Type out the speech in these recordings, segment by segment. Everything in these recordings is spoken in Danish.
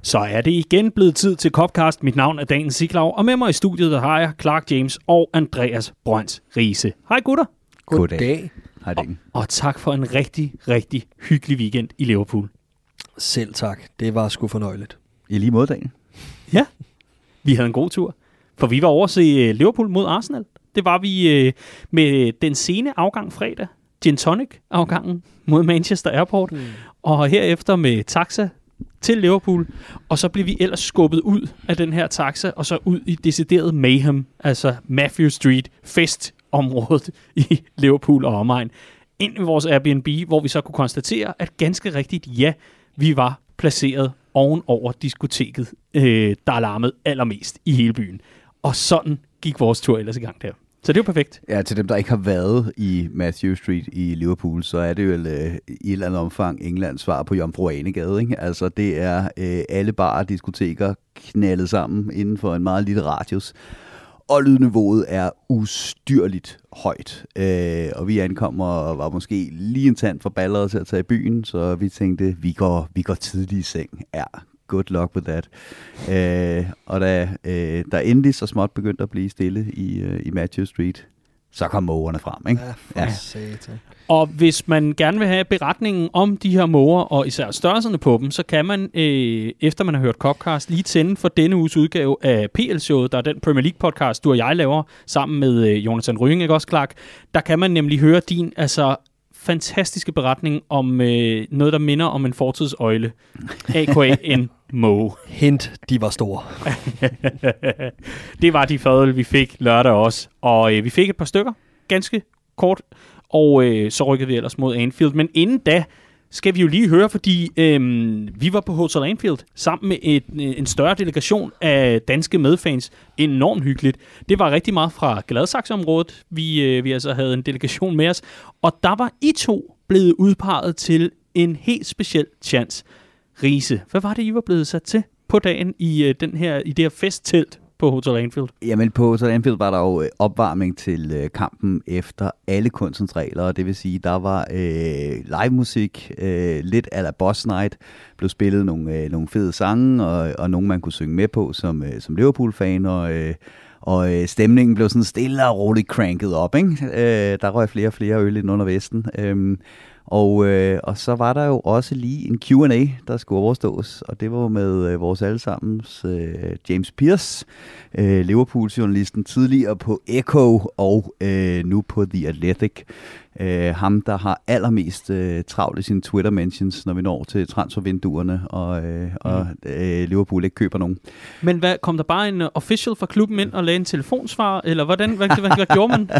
Så er det igen blevet tid til Copcast. Mit navn er Daniel Siglau, og med mig i studiet der har jeg Clark James og Andreas Brøns Riise. Hej gutter. Goddag. Hej Daniel. Og tak for en rigtig, rigtig hyggelig weekend i Liverpool. Selv tak. Det var sgu fornøjeligt. I lige måde, Daniel. Ja, vi havde en god tur. For vi var over at se Liverpool mod Arsenal. Det var vi med den sene afgang fredag. Gin Tonic afgangen mod Manchester Airport. Og herefter med taxa til Liverpool, og så blev vi ellers skubbet ud af den her taxa, og så ud i decideret mayhem, altså Matthew Street festområdet i Liverpool og omegn, ind i vores Airbnb, hvor vi så kunne konstatere, at ganske rigtigt, ja, vi var placeret ovenover diskoteket, der larmede allermest i hele byen. Og sådan gik vores tur ellers i gang der. Så det er jo perfekt. Ja, til dem, der ikke har været i Matthew Street i Liverpool, så er det jo i et eller andet omfang Englands svar på Jomfru Ane-gade, ikke? Altså, det er alle barer og diskoteker knaldet sammen inden for en meget lille radius. Og lydniveauet er ustyrligt højt. Og vi ankommer og var måske lige en tand for balleret til at tage i byen, så vi tænkte, vi går tidligt i seng. Ja, good luck with that. Og da der endelig så småt begyndte at blive stille i Matthew Street, så kom mågerne frem, ikke? Ja, satan. Og hvis man gerne vil have beretningen om de her måger, og især størrelserne på dem, så kan man, efter man har hørt Copcast, lige tænde for denne uges udgave af PL-showet, der er den Premier League-podcast, du og jeg laver, sammen med Jonathan Røing, ikke også, Clark? Der kan man nemlig høre din, fantastiske beretning om noget, der minder om en fortidsøgle, a.k.a. en måge. Hint, de var store. Det var de fadøl, vi fik lørdag også, og vi fik et par stykker, ganske kort, og så rykkede vi ellers mod Anfield. Men inden da skal vi jo lige høre, fordi vi var på Hotel Anfield sammen med en større delegation af danske medfans. Enormt hyggeligt. Det var rigtig meget fra Gladsaxe-området. Vi altså havde en delegation med os. Og der var I to blevet udpeget til en helt speciel chance. Riise, hvad var det, I var blevet sat til på dagen i det her festtelt på Hotel Anfield? Jamen på Hotel Anfield var der jo opvarmning til kampen efter alle kunstens regler, og det vil sige, der var live musik, lidt a la Boss Night, blev spillet nogle fede sange, og nogle man kunne synge med på som Liverpool-fan, og stemningen blev sådan stille og roligt cranket op, ikke? Der røg flere og flere øl ind under vesten. Og så var der jo også lige en Q&A, der skulle overstås, og det var med vores allesammens James Pearce, Liverpool-journalisten, tidligere på Echo og nu på The Athletic. Ham, der har allermest travlt i sine Twitter-mentions, når vi når til transfervinduerne, og Liverpool ikke køber nogen. Men kom der bare en official fra klubben ind og lagde en telefonsvar, eller hvad gjorde man?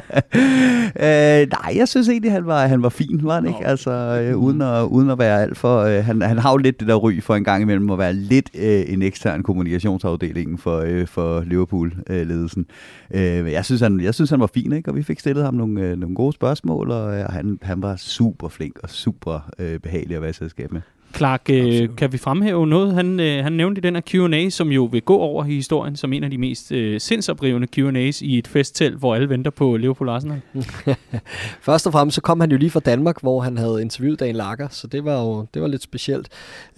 Nej, jeg synes egentlig, han var fin, var han ikke? Altså, uden at være alt for... Han har jo lidt det der ry for en gang imellem at være lidt en ekstern kommunikationsafdeling for Liverpool-ledelsen. Jeg synes, han var fin, ikke? Og vi fik stillet ham nogle gode spørgsmål, og han var super flink og super behagelig at være i selskab med. Clark, kan vi fremhæve noget? Han nævnte i den her Q&A, som jo vil gå over i historien som en af de mest sindsoprivende Q&A's i et festtelt, hvor alle venter på Liverpool Arsenal. Først og fremmest så kom han jo lige fra Danmark, hvor han havde interviewet Dan Lager, så det var lidt specielt.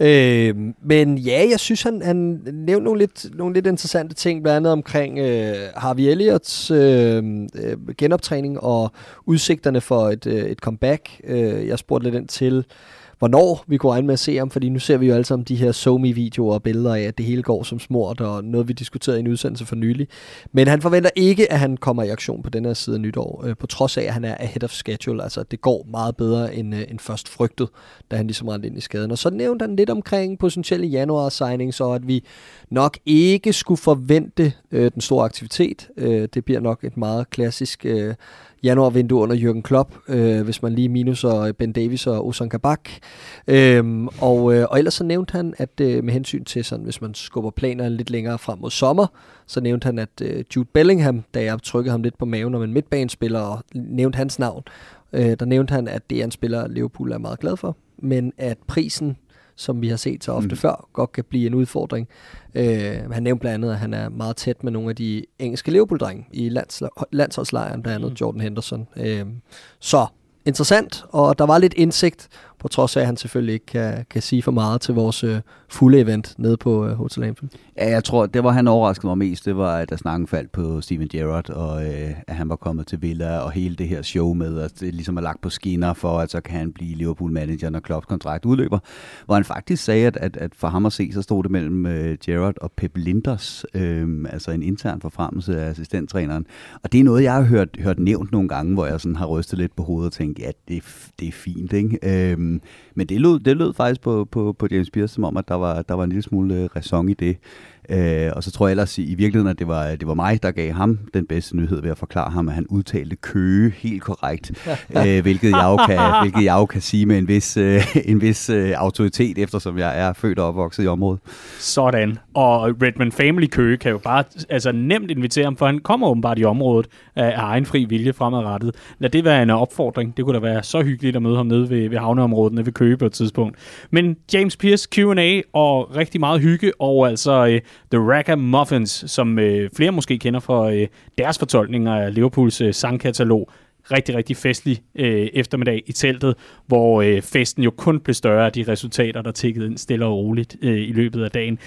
Men ja, jeg synes, han nævnte nogle lidt interessante ting, blandt andet omkring Harvey Elliots genoptræning og udsigterne for et comeback. Jeg spurgte lidt ind til, hvornår vi kunne regne med at se ham, fordi nu ser vi jo alle sammen de her SoMe-videoer og billeder af, at det hele går som smurt, og noget vi diskuterede i en udsendelse for nylig. Men han forventer ikke, at han kommer i aktion på den her side af nytår, på trods af, at han er ahead of schedule, altså at det går meget bedre end først frygtet, da han ligesom rendte ind i skaden. Og så nævnte han lidt omkring potentielle januar-signings, og at vi nok ikke skulle forvente den store aktivitet. Det bliver nok et meget klassisk januarvindue under Jürgen Klopp, hvis man lige minuser Ben Davies og Ozan Kabak. Og ellers så nævnte han, at med hensyn til sådan, hvis man skubber planerne lidt længere frem mod sommer, så nævnte han, at Jude Bellingham, da jeg trykkede ham lidt på maven om en midtbanespiller og nævnte hans navn, der nævnte han, at det er en spiller, Liverpool er meget glad for, men at prisen, som vi har set så ofte før, godt kan blive en udfordring. Han nævnte blandt andet, at han er meget tæt med nogle af de engelske Liverpool-drenge i landsholdslejren, blandt andet Jordan Henderson. Så interessant, og der var lidt indsigt på trods af, at han selvfølgelig ikke kan sige for meget til vores fulde event nede på Hotel Anfield. Ja, jeg tror, det var han overraskede mig mest, det var, at snakken faldt på Steven Gerrard, og at han var kommet til Villa, og hele det her show med, at det ligesom er lagt på skinner for, at så kan han blive Liverpool-manager, når Klopps kontrakt udløber, hvor han faktisk sagde, at for ham at se, så stod det mellem Gerrard og Pep Linders, altså en intern forfremmelse af assistenttræneren. Og det er noget, jeg har hørt nævnt nogle gange, hvor jeg sådan har rystet lidt på hovedet og tænkt, ja, det er fint, ikke? Men det lød faktisk på James Pearce, som om, at der var en lille smule ræson i det. Og så tror jeg ellers i virkeligheden, at det var mig, der gav ham den bedste nyhed ved at forklare ham, at han udtalte Køge helt korrekt, hvilket jeg jo kan sige med en vis autoritet, eftersom jeg er født og opvokset i området. Sådan. Og Redman Family Køge kan jo bare nemt invitere ham, for han kommer åbenbart i området af egen fri vilje fremadrettet. Lad det være en opfordring. Det kunne da være så hyggeligt at møde ham nede ved havneområdet nede ved Køge på et tidspunkt. Men James Pearce Q&A og rigtig meget hygge, og altså The Ragamuffins, som flere måske kender fra deres fortolkninger af Liverpools sangkatalog. Rigtig, rigtig festlig eftermiddag i teltet, hvor festen jo kun blev større af de resultater, der tikkede ind stille og roligt i løbet af dagen.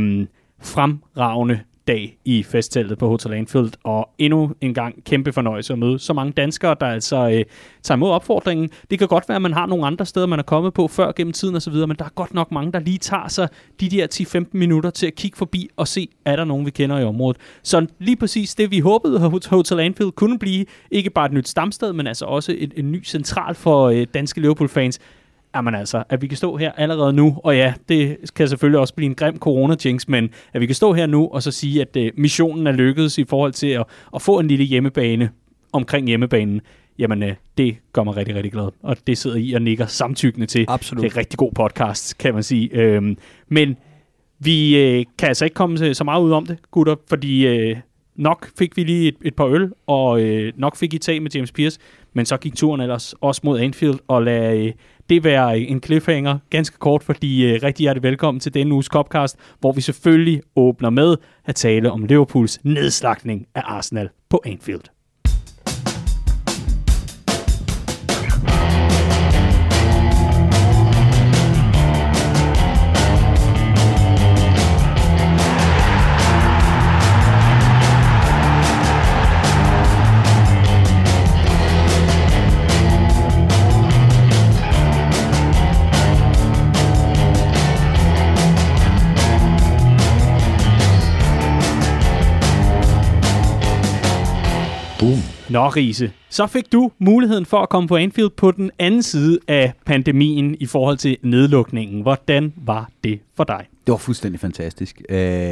Fremragende dag i festteltet på Hotel Anfield, og endnu en gang kæmpe fornøjelse at møde så mange danskere, der altså tager imod opfordringen. Det kan godt være, at man har nogle andre steder, man er kommet på før gennem tiden og så videre, men der er godt nok mange, der lige tager sig de der 10-15 minutter til at kigge forbi og se, er der nogen, vi kender i området. Så lige præcis det, vi håbede, at Hotel Anfield kunne blive, ikke bare et nyt stamsted, men altså også en ny central for danske Liverpool-fans. Jamen altså, at vi kan stå her allerede nu, og ja, det kan selvfølgelig også blive en grim corona-jinx, men at vi kan stå her nu og så sige, at missionen er lykkedes i forhold til at få en lille hjemmebane omkring hjemmebanen, jamen det gør mig rigtig, rigtig glad. Og det sidder I og nikker samtykkende til. Absolut. Det er en rigtig god podcast, kan man sige. Men vi kan altså ikke komme så meget ud om det, gutter, fordi nok fik vi lige et par øl, og nok fik I tag med James Pearce, men så gik turen ellers også mod Anfield, og lad det være en cliffhanger, ganske kort, fordi rigtig hjertelig velkommen til denne uges Copcast, hvor vi selvfølgelig åbner med at tale om Liverpools nedslagtning af Arsenal på Anfield. Nå, Riese, så fik du muligheden for at komme på Anfield på den anden side af pandemien i forhold til nedlukningen. Hvordan var det for dig? Det var fuldstændig fantastisk.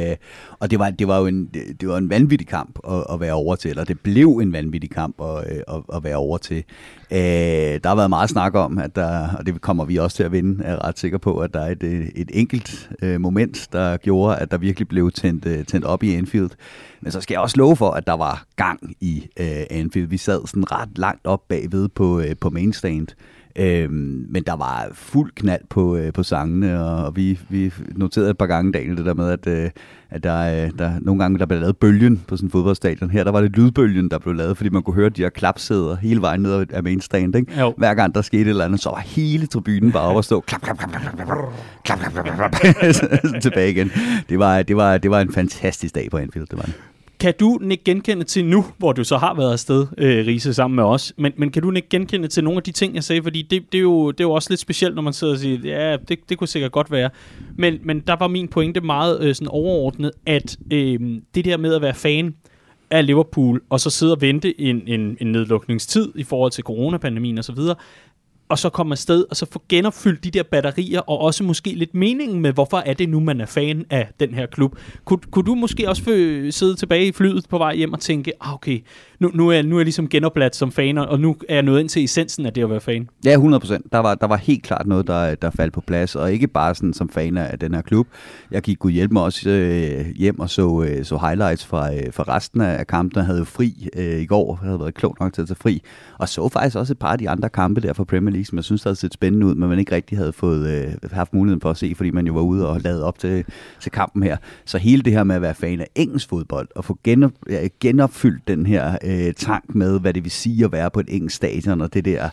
Og det var jo en vanvittig kamp at være over til, eller det blev en vanvittig kamp at være over til. Der har været meget snak om, at og det kommer vi også til at vinde, er jeg ret sikker på, at der er et enkelt moment, der gjorde, at der virkelig blev tændt op i Anfield. Men så skal jeg også love for, at der var gang i Anfield. Vi sad sådan ret langt op bagved på mainstand. Men der var fuld knald på sangene, og vi noterede et par gange dagen det der med, at der nogle gange der blev lavet bølgen på sådan en fodboldstadion. Her der var det lydbølgen, der blev lavet, fordi man kunne høre de her klapsæder hele vejen ned af mainstand. Ikke? Hver gang der skete et eller andet, så var hele tribunen bare over at stå klap, klap, klap, klap, klap, klap, klap, klap, tilbage igen. Det var en fantastisk dag på Anfield, det var det. Kan du ikke genkende til nu, hvor du så har været afsted, Riese, sammen med os, men kan du ikke genkende til nogle af de ting, jeg sagde? Fordi det er jo også lidt specielt, når man sidder og siger, ja, det kunne sikkert godt være. Men der var min pointe meget sådan overordnet, at det der med at være fan af Liverpool, og så sidde og vente en nedlukningstid i forhold til coronapandemien og så videre, og så komme afsted, og så få genopfyldt de der batterier, og også måske lidt meningen med, hvorfor er det nu, man er fan af den her klub. Kunne du måske også sidde tilbage i flyet på vej hjem og tænke, okay, nu er jeg ligesom genopladt som fan, og nu er jeg nået ind til essensen af det at være fan? Ja, 100%. Der var helt klart noget, der faldt på plads, og ikke bare sådan som fan af den her klub. Jeg gik gud hjælp mig også hjem og så highlights fra resten af kampene. Jeg havde jo fri i går, jeg havde været klog nok til at tage fri, og så faktisk også et par af de andre kampe der fra Premier League, som jeg synes, der havde set spændende ud, men man ikke rigtig havde haft muligheden for at se, fordi man jo var ude og lavet op til kampen her. Så hele det her med at være fan af engelsk fodbold, og få genopfyldt den her tank med, hvad det vil sige at være på et engelsk stadion, og det der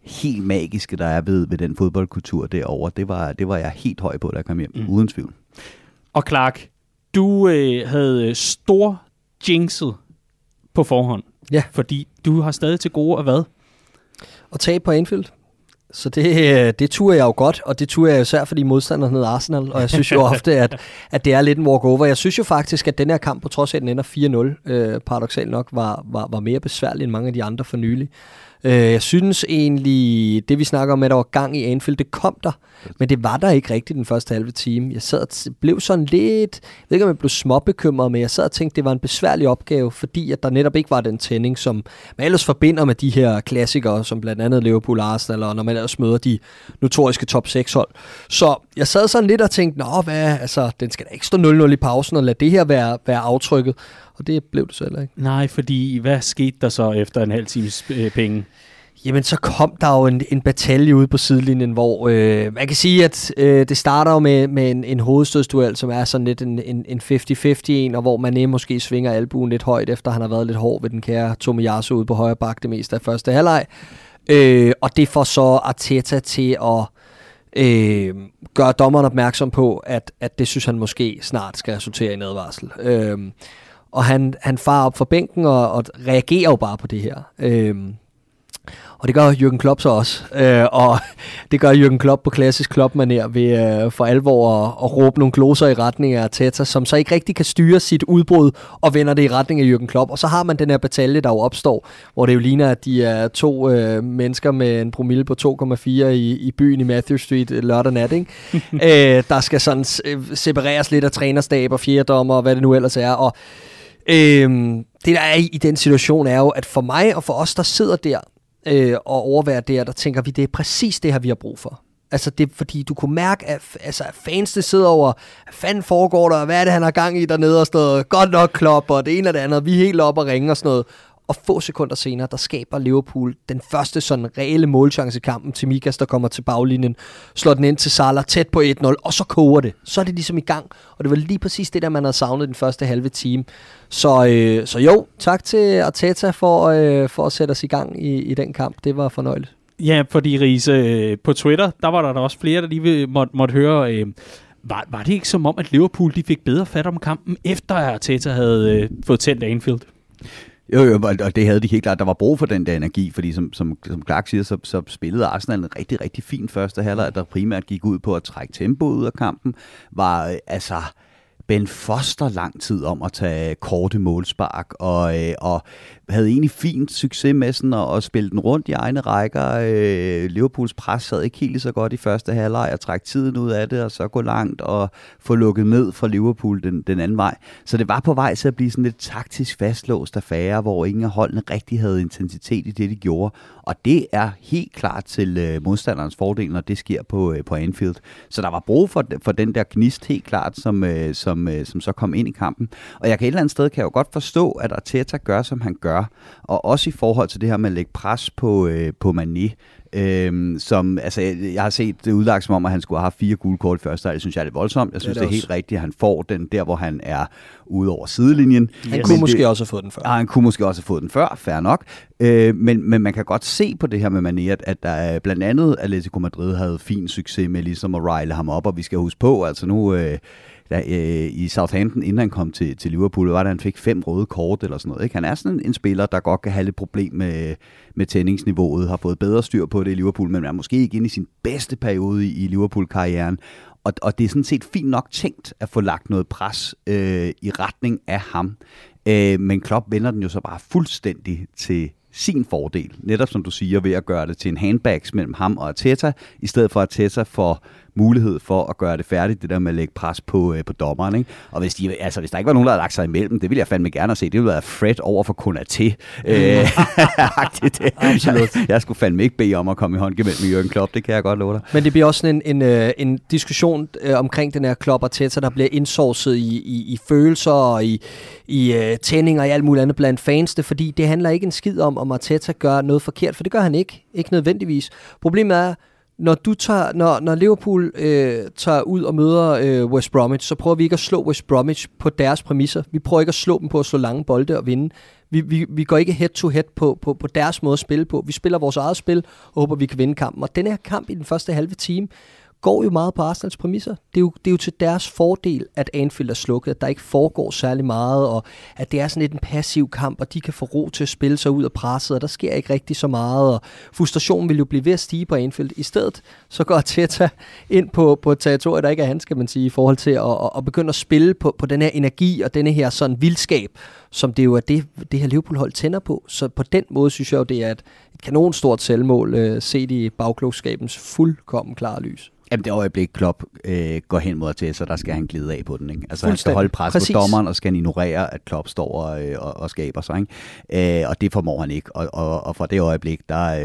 helt magiske, der er ved den fodboldkultur derovre. Det var jeg helt høj på, da jeg kom hjem, uden tvivl. Og Clark, du havde stor jinxet på forhånd, fordi du har stadig til gode at hvad? Og tabe på Anfield. Så det turer jeg jo godt, og det turer jeg især, fordi modstanderen hedder Arsenal, og jeg synes jo ofte, at det er lidt en walk-over. Jeg synes jo faktisk, at den her kamp, på trods af, at den ender 4-0, paradoksalt nok, var mere besværlig end mange af de andre for nylig. Jeg synes egentlig, det vi snakker om, at der var gang i Anfield, det kom der, men det var der ikke rigtigt den første halve time. Jeg sad og blev sådan lidt, jeg ved ikke om jeg blev småbekymret, men jeg sad og tænkte, det var en besværlig opgave, fordi at der netop ikke var den tænding, som man ellers forbinder med de her klassikere, som blandt andet Liverpool og Arsenal, og når man ellers møder de notoriske top 6 hold. Så jeg sad sådan lidt og tænkte, den skal da ikke stå 0-0 i pausen, og lade det her være aftrykket. Og det blev det så heller ikke. Nej, fordi hvad skete der så efter en halv times penge? Jamen, så kom der jo en batalje ude på sidelinjen, hvor man kan sige, at det starter jo med en hovedstødsduel, som er sådan lidt en 50-50 en, og hvor man måske svinger albuen lidt højt, efter han har været lidt hård ved den kære Tomiyasu ude på højre bak det meste af første halvleg. Og det får så Arteta til at gøre dommeren opmærksom på, at det synes han måske snart skal resultere i en advarsel. Og han farer op fra bænken og reagerer jo bare på det her. Og det gør Jürgen Klopp så også. Og det gør Jürgen Klopp på klassisk Klopp-manér ved for alvor at råbe nogle gloser i retning af Arteta, som så ikke rigtig kan styre sit udbrud og vender det i retning af Jürgen Klopp. Og så har man den her batalje, der jo opstår, hvor det jo ligner, at de er to mennesker med en promille på 2,4 i byen i Matthew Street lørdag nat, ikke? Der skal sådan separeres lidt af trænerstab og fjerdommer og hvad det nu ellers er. Og det der er i den situation er jo, at for mig og for os, der sidder der og overværer der tænker vi, det er præcis det her, vi har brug for. Altså det fordi du kunne mærke, at fansene sidder over, hvad fanden foregår der, hvad er det, han har gang i dernede, og sådan noget, godt nok Klopp, og det ene og det andet, vi er helt oppe og ringer og sådan noget. Og få sekunder senere, der skaber Liverpool den første sådan reelle målchance i kampen. Tsimikas, der kommer til baglinjen, slår den ind til Salah, tæt på 1-0, og så koger det. Så er det ligesom i gang, og det var lige præcis det, der man havde savnet den første halve time. Så jo, tak til Arteta for at sætte os i gang i den kamp. Det var fornøjeligt. Ja, fordi Riese, på Twitter, der var der også flere, der lige måtte høre... Var det ikke som om, at Liverpool de fik bedre fat om kampen, efter at Arteta havde fået tændt Anfield? Jo, og det havde de helt klart. Der var brug for den der energi, fordi som Clark siger, så spillede Arsenal en rigtig, rigtig fin første halvleg, der primært gik ud på at trække tempoet ud af kampen. Var Ben Foster lang tid om at tage korte målspark, og havde egentlig fint succes med sådan at spille den rundt i egne rækker. Liverpools pres sad ikke helt så godt i første halvleg, og trække tiden ud af det, og så gå langt og få lukket ned fra Liverpool den anden vej. Så det var på vej til at blive sådan lidt taktisk fastlåst affære, hvor ingen af holdene rigtig havde intensitet i det, de gjorde. Og det er helt klart til modstanderens fordel, når det sker på Anfield. Så der var brug for den der gnist helt klart, som så kom ind i kampen. Og jeg kan et eller andet sted kan jeg jo godt forstå, at Arteta gør, som han gør. Og også i forhold til det her med at lægge pres på Mané. Jeg har set det udlagt som om, at han skulle have haft 4 gule kort i første halvleg. Det synes jeg er lidt voldsomt. Jeg synes, det er helt rigtigt, at han får den der, hvor han er ude over sidelinjen. Han kunne måske også have fået den før. Han kunne måske også have fået den før, fair nok. Men man kan godt se på det her med Mané, at der blandt andet Atletico Madrid havde fin succes med ligesom at rile ham op, og vi skal huske på, altså nu... i Southampton, inden han kom til Liverpool, var det, han fik 5 røde kort eller sådan noget. Ikke? Han er sådan en spiller, der godt kan have lidt problem med tændingsniveauet, har fået bedre styr på det i Liverpool, men er måske ikke inde i sin bedste periode i Liverpool-karrieren. Og det er sådan set fint nok tænkt at få lagt noget pres i retning af ham. Men Klopp vender den jo så bare fuldstændig til sin fordel. Netop som du siger, ved at gøre det til en handbags mellem ham og Arteta, i stedet for at Arteta får mulighed for at gøre det færdigt, det der med at lægge pres på dommeren. Ikke? Og hvis der ikke var nogen, der havde lagt sig imellem, det ville jeg fandme gerne se. Det ville være Fred over for Konaté. Absolut. Jeg skulle fandme ikke bede om at komme i håndgemæld med Jürgen Klopp, det kan jeg godt love dig. Men det bliver også sådan en diskussion omkring den her Klopp og Arteta, der bliver indsourcet i følelser og i tændinger og alt muligt andet blandt fansene, fordi det handler ikke en skid om Arteta gør noget forkert, for det gør han ikke nødvendigvis. Problemet er, når Liverpool tager ud og møder West Bromwich, så prøver vi ikke at slå West Bromwich på deres præmisser. Vi prøver ikke at slå dem på at slå lange bolde og vinde. Vi går ikke head-to-head på deres måde at spille på. Vi spiller vores eget spil og håber, vi kan vinde kampen. Og den her kamp i den første halve time går jo meget på Arsenals præmisser. Det er jo til deres fordel, at Anfield er slukket, at der ikke foregår særlig meget, og at det er sådan lidt en passiv kamp, og de kan få ro til at spille sig ud af presset, og der sker ikke rigtig så meget, og frustrationen vil jo blive ved at stige på Anfield. I stedet så går Arteta ind på et territorie, der ikke er hans, kan man sige, i forhold til at begynde at spille på den her energi, og denne her sådan vildskab, som det jo er det her Liverpool-hold tænder på. Så på den måde synes jeg jo, det er et kanonstort selvmål, set i bagklogskabens fuldkommen klare lys. Jamen det øjeblik, Klopp går hen mod Arteta, der skal han glide af på den. Ikke? Altså han skal holde pres på dommeren, og skal han ignorere, at Klopp står og skaber sig. Ikke? Og det formår han ikke. Og fra det øjeblik,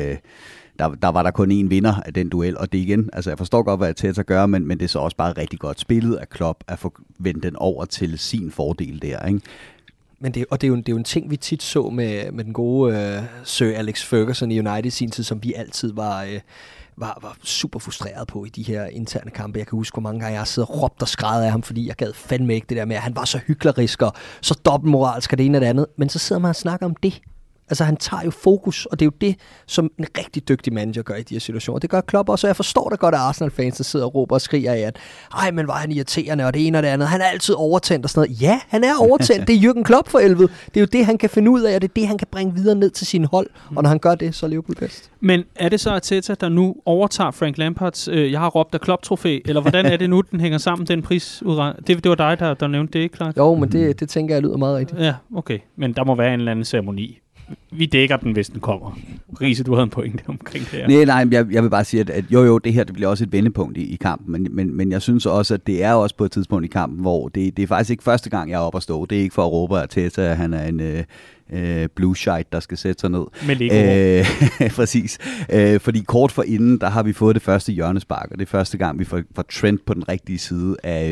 der var der kun én vinder af den duel, og det igen, altså jeg forstår godt, hvad Arteta gør, men det er så også bare rigtig godt spillet af Klopp at få vendt den over til sin fordel der, ikke? Men det er jo en ting, vi tit så med den gode Sir Alex Ferguson i United i sin tid, som vi altid var super frustreret på i de her interne kampe. Jeg kan huske, hvor mange gange jeg har siddet og råbt og skreget af ham, fordi jeg gad fandme ikke det der med, at han var så hyklerisk og så dobbeltmoralsk og det ene og det andet. Men så sidder man og snakker om det. Altså han tager jo fokus, og det er jo det, som en rigtig dygtig manager gør i de her situationer. Det gør Klopp også, og jeg forstår det godt, at Arsenal-fans, der sidder og råber og skriger af, at ej, men var han irriterende, og det ene og det andet. Han er altid overtændt og sådan noget. Ja, han er overtændt. Det er Jürgen Klopp for helvede. Det er jo det, han kan finde ud af, og det er det, han kan bringe videre ned til sin hold. Og når han gør det, så er Liverpool bedst. Men er det så Arteta, der nu overtager Frank Lampards, jeg har råbt af Klopp-trofæ, eller hvordan er det nu, den hænger sammen, den prisudregning? Det var dig, der nævnte det, ikke klart? Jo, men det tænker jeg lyder meget rigtigt. Ja, okay. Men der må være en eller anden ceremoni. Vi dækker den, hvis den kommer. Riese, du havde en pointe omkring det her. Nej, jeg vil bare sige, at jo, det her det bliver også et vendepunkt i kampen, men jeg synes også, at det er også på et tidspunkt i kampen, hvor det er faktisk ikke første gang, jeg er oppe at stå. Det er ikke for at råbe Arteta, at han er en blue shite, der skal sætte sig ned. Med Lego. Præcis. Fordi kort forinden, der har vi fået det første hjørnespark, og det er første gang, vi får Trent på den rigtige side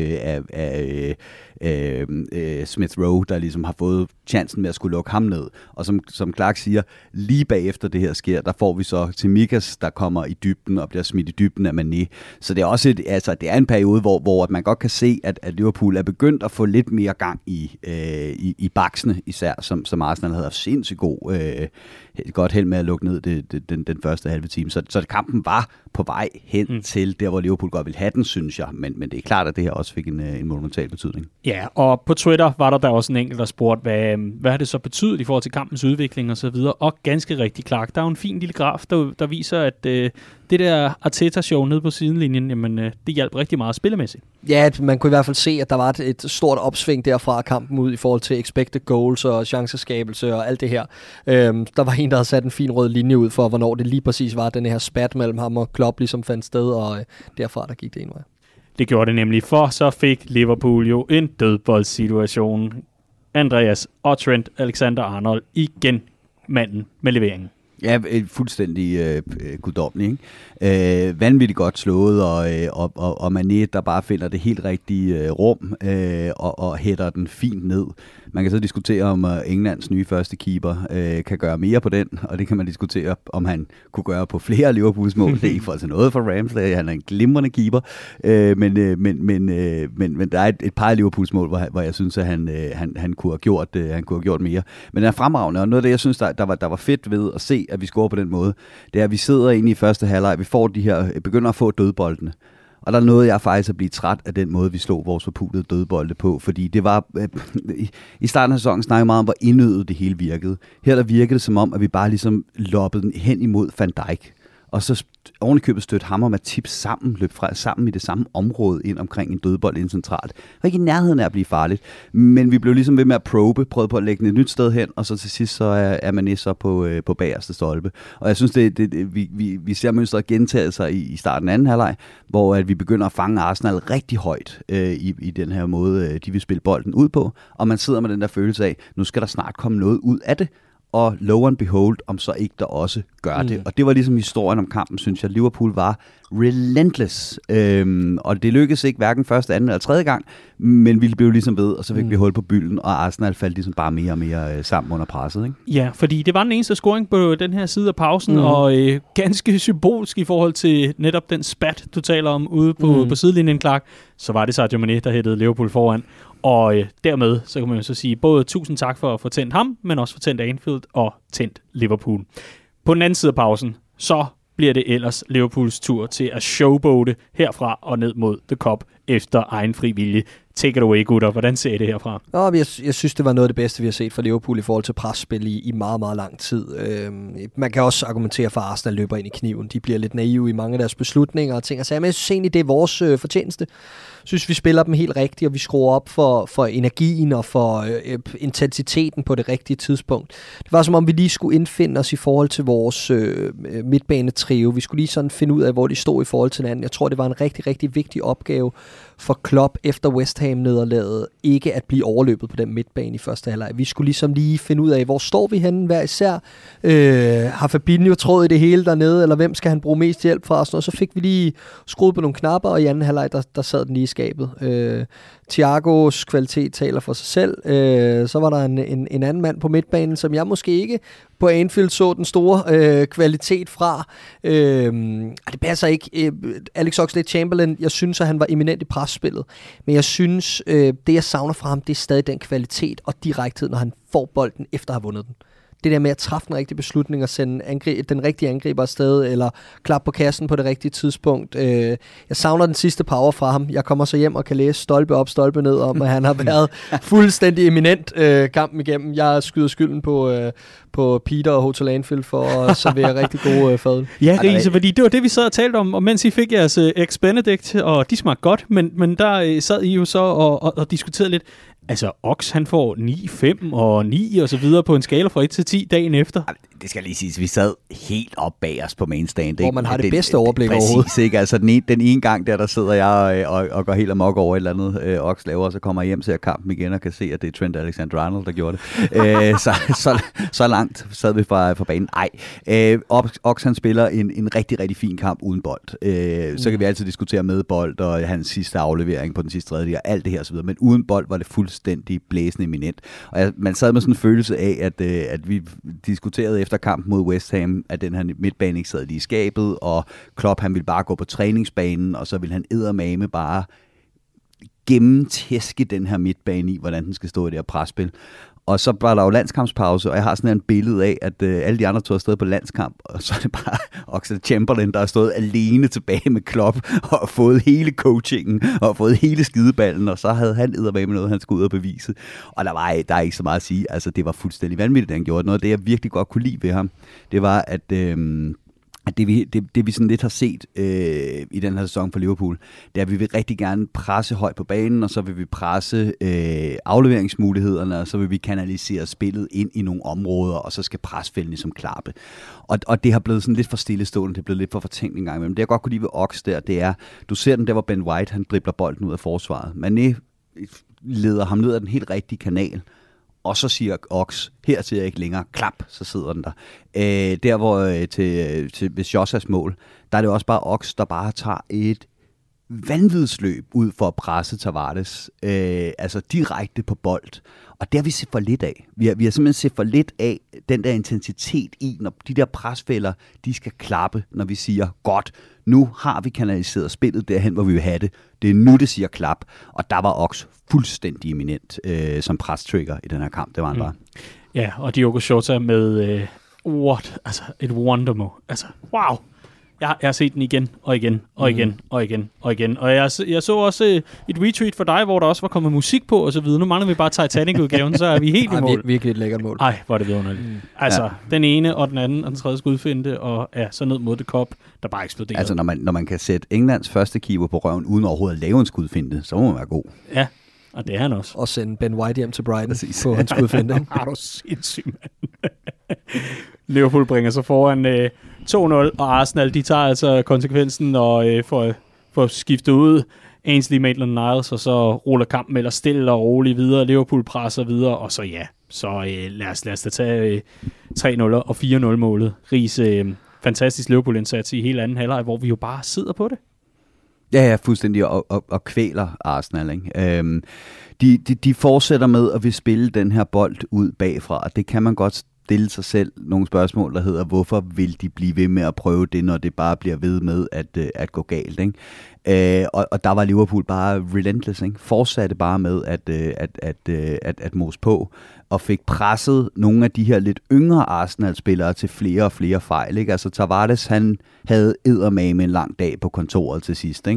af Smith Rowe, der ligesom har fået chancen med at skulle lukke ham ned. Og som Clark siger, lige bagefter det her sker, der får vi så Tsimikas, der kommer i dybden og bliver smidt i dybden af Mané. Så det er også det er en periode, hvor man godt kan se, at Liverpool er begyndt at få lidt mere gang i baksene, især som Arsenal havde haft sindssygt godt held med at lukke ned den første halve time. Så kampen var på vej hen til der, hvor Liverpool godt ville have den, synes jeg. Men det er klart, at det her også fik en monumental betydning. Ja, og på Twitter var der også en enkelt, der spurgte, hvad har det så betydet i forhold til kampens udvikling og så videre. Og ganske rigtig klart. Der er jo en fin lille graf, der viser, at det der Arteta-show nede på sidelinjen, jamen, det hjalp rigtig meget spillemæssigt. Ja, man kunne i hvert fald se, at der var et stort opsving derfra kampen ud i forhold til expected goals og chanceskabelse og alt det her. Der var en, der havde sat en fin rød linje ud for, hvornår det lige præcis var, den her spat mellem ham og Klopp ligesom fandt sted, og derfra der gik det en vej. Det gjorde det nemlig, for så fik Liverpool jo en dødboldssituation. Andreas og Trent Alexander-Arnold igen manden med leveringen. Ja, fuldstændig guddommelig, ikke? Vanvittigt godt slået, og Mané, der bare finder det helt rigtige rum, og hætter den fint ned. Man kan så diskutere, om Englands nye første keeper kan gøre mere på den, og det kan man diskutere, om han kunne gøre på flere Liverpools mål. Det er ikke for altså noget for Ramsdale, han er en glimrende keeper, men der er et par Liverpools mål, hvor jeg synes, at han kunne have gjort mere. Men den er fremragende, og noget af det, jeg synes, der var fedt ved at se, at vi scorer på den måde, det er, at vi sidder inde i første halvleg, vi får begynder at få dødboldene. Og der nåede jeg faktisk at blive træt af den måde, vi slog vores forpulede dødbolde på, fordi det var, i starten af sæsonen snakkede meget om, hvor indødet det hele virkede. Her der virkede det som om, at vi bare ligesom loppede den hen imod Van Dijk, og så ovenikøbet stødte ham og Matip sammen, sammen i det samme område ind omkring en dødbold ind centralt. Og ikke i nærheden af at blive farligt, men vi blev ligesom ved med at prøvede på at lægge den et nyt sted hen, og så til sidst så er Mané så på bagerste stolpe. Og jeg synes, vi ser mønstret gentage sig i starten af anden halvleg, hvor at vi begynder at fange Arsenal rigtig højt i den her måde, de vil spille bolden ud på, og man sidder med den der følelse af, nu skal der snart komme noget ud af det, og lo and behold, om så ikke der også gør det. Og det var ligesom historien om kampen, synes jeg. Liverpool var relentless. Og det lykkedes ikke hverken første, anden eller tredje gang, men vi blev ligesom ved, og så fik vi hul på bylden, og Arsenal faldt ligesom bare mere og mere sammen under presset. Ikke? Ja, fordi det var den eneste scoring på den her side af pausen, og ganske symbolsk i forhold til netop den spat, du taler om ude på sidelinjen, Clark, så var det Sadio Mané, der hættede Liverpool foran. Og dermed, så kan man jo så sige, både tusind tak for at få tændt ham, men også for tændt Anfield og tændt Liverpool. På den anden side af pausen, så bliver det ellers Liverpools tur til at showboate herfra og ned mod The Cup efter egen fri vilje. Take it away, gutter. Hvordan ser I det herfra? Jeg synes, det var noget af det bedste, vi har set fra Liverpool i forhold til presspil i meget, meget lang tid. Man kan også argumentere for, at Arsenal løber ind i kniven. De bliver lidt naive i mange af deres beslutninger og ting. Men jeg synes egentlig, det er vores fortjeneste. Jeg synes, vi spiller dem helt rigtigt, og vi skruer op for energien og for intensiteten på det rigtige tidspunkt. Det var som om, vi lige skulle indfinde os i forhold til vores midtbanetrio. Vi skulle lige sådan finde ud af, hvor de stod i forhold til hinanden. Jeg tror, det var en rigtig, rigtig vigtig opgave for Klopp efter West Ham-nederlaget ikke at blive overløbet på den midtbane i første halvleg. Vi skulle ligesom lige finde ud af, hvor står vi henne hver især. Har Fabinho tråd i det hele dernede, eller hvem skal han bruge mest hjælp fra os? Og så fik vi lige skruet på nogle knapper, og i anden halvleg, der sad den lige i skabet. Thiagos kvalitet taler for sig selv. Så var der en anden mand på midtbanen, som jeg måske ikke på Anfield så den store kvalitet fra. Det passer ikke. Alex Oxlade-Chamberlain, jeg synes, at han var eminent i presspillet. Men jeg synes, det jeg savner fra ham, det er stadig den kvalitet og direkthed, når han får bolden efter at have vundet den. Det der med at træffe den rigtige beslutning og sende den rigtige angriber afsted, eller klappe på kassen på det rigtige tidspunkt. Jeg savner den sidste power fra ham. Jeg kommer så hjem og kan læse stolpe op, stolpe ned om, at han har været fuldstændig eminent kampen igennem. Jeg skyder skylden på Peter og Hotel Anfield for at servere rigtig gode fadøl. Ja, Riese, fordi det var det, vi sad og talte om, og mens I fik jeres Eggs Benedict, og de smagte godt, men der sad I jo så og diskuterede lidt. Altså, Ox, han får 9, 5 og 9 og så videre på en skala fra 1 til 10 dagen efter. Det skal lige siges, vi sad helt op bag os på mainstand. Hvor man har det bedste overblik overhovedet. Præcis, ikke? Altså, den ene gang der sidder jeg og går helt amok over et eller andet Ox laver, og så kommer jeg hjem til kampen igen og kan se, at det er Trent Alexander-Arnold, der gjorde det. Så langt sad vi fra banen. Ox, han spiller en rigtig, rigtig fin kamp uden bold. Så kan vi altid diskutere med bold og hans sidste aflevering på den sidste tredje og alt det her og så videre. Men uden bold var det fuldstændig blæsende eminent. Og man sad med sådan en følelse af, at vi diskuterede efter kampen mod West Ham, at den her midtbane ikke sad lige i skabet, og Klopp, han ville bare gå på træningsbanen, og så ville han eddermame bare gennemtæske den her midtbane i, hvordan den skal stå i det her presspil. Og så var der jo landskampspause, og jeg har sådan en billede af, at alle de andre tog afsted på landskamp, og så er det bare Oxlade-Chamberlain, der er stået alene tilbage med Klopp, og fået hele coachingen, og fået hele skideballen, og så havde han eddermame med noget, han skulle ud og bevise. Og der er ikke så meget at sige. Altså, det var fuldstændig vanvittigt, han gjorde. Noget af det, jeg virkelig godt kunne lide ved ham, det var, at det vi sådan lidt har set i den her sæson for Liverpool, det er, at vi vil rigtig gerne presse højt på banen, og så vil vi presse afleveringsmulighederne, og så vil vi kanalisere spillet ind i nogle områder, og så skal presfælden ligesom klappe. Og det har blevet sådan lidt for stillestående, det er blevet lidt for fortænkt en gang imellem. Det jeg godt kunne lide ved Ox der, det er, du ser den der, hvor Ben White, han dribler bolden ud af forsvaret. Mané leder ham ned ad den helt rigtige kanal, og så siger Ox, her ser jeg ikke længere, klap, så sidder den der. Der hvor ved Josas mål, der er det også bare Ox, der bare tager et vanvidsløb ud for at presse Tavares, altså direkte på bold. Og det har vi set for lidt af. Vi har simpelthen set for lidt af den der intensitet i, når de der presfælder, de skal klappe, når vi siger, godt, nu har vi kanaliseret spillet derhen, hvor vi vil have det. Det er nu, det siger klap. Og der var Ox fuldstændig eminent som press-trigger i den her kamp. Det var han bare. Ja, og Diogo Jota med et wondermo. Altså, wow! Jeg har set den igen, og igen, og igen, og igen, og igen. Og jeg så også et retweet for dig, hvor der også var kommet musik på, og så videre. Nu mangler vi bare Titanic-udgaven, så er vi helt i mål. Virkelig et lækkert mål. Ej, hvor er det vidunderligt. Altså, den ene, og den anden, og den tredje skudfinte, og så ned mod det Cup, der bare eksploderer. Altså, når man kan sætte Englands første keeper på røven, uden overhovedet at lave en skudfinte, så må man være god. Ja, og det er han også. Og sende Ben White hjem til Brighton på hans skudfinte. Har du sindssygt, mand. Liverpool bringer sig foran 2-0, og Arsenal, de tager altså konsekvensen og får skiftet ud Ainsley Maitland-Niles, og så ruller kampen eller stille og roligt videre. Liverpool presser videre, og så lad os da tage 3-0 og 4-0 målet. Riise, fantastisk Liverpool-indsats i hele anden halvleg, hvor vi jo bare sidder på det. Ja, fuldstændig, og kvæler Arsenal, ikke? De fortsætter med at vil spille den her bold ud bagfra, og det kan man godt stille sig selv nogle spørgsmål, der hedder, hvorfor vil de blive ved med at prøve det, når det bare bliver ved med at gå galt, ikke? Og der var Liverpool bare relentless, ikke? Fortsatte bare med at mose på, og fik presset nogle af de her lidt yngre Arsenal-spillere til flere og flere fejl, ikke? Altså Tavares, han havde eddermame en lang dag på kontoret til sidst,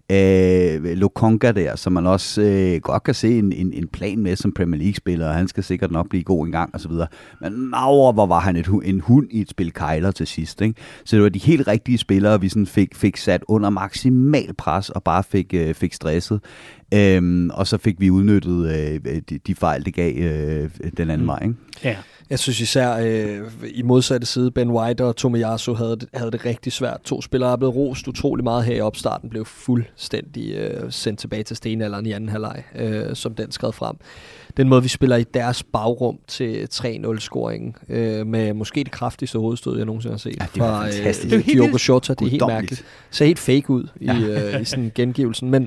ikke? Lokonga der, som man også godt kan se en plan med som Premier League-spiller, og han skal sikkert nok blive god en gang, og så videre. Men hvor var han en hund i et spil kejler til sidst, ikke? Så det var de helt rigtige spillere, vi sådan fik sat under maksimal pres, og bare fik stresset. Og så fik vi udnyttet de fejl, det gav den anden vej, ikke? Ja. Jeg synes især i modsatte side, Ben White og Tomiyasu havde det rigtig svært. 2 spillere er blevet rost utrolig meget her i opstarten, blev fuldstændig sendt tilbage til stenalderen i anden halvleg, som den skred frem. Den måde, vi spiller i deres bagrum til 3-0-scoringen, med måske det kraftigste hovedstød, jeg nogensinde har set. Ja, det var fantastisk. Diogo Jota, det er helt mærkeligt. Det ser helt fake ud i sådan gengivelsen, men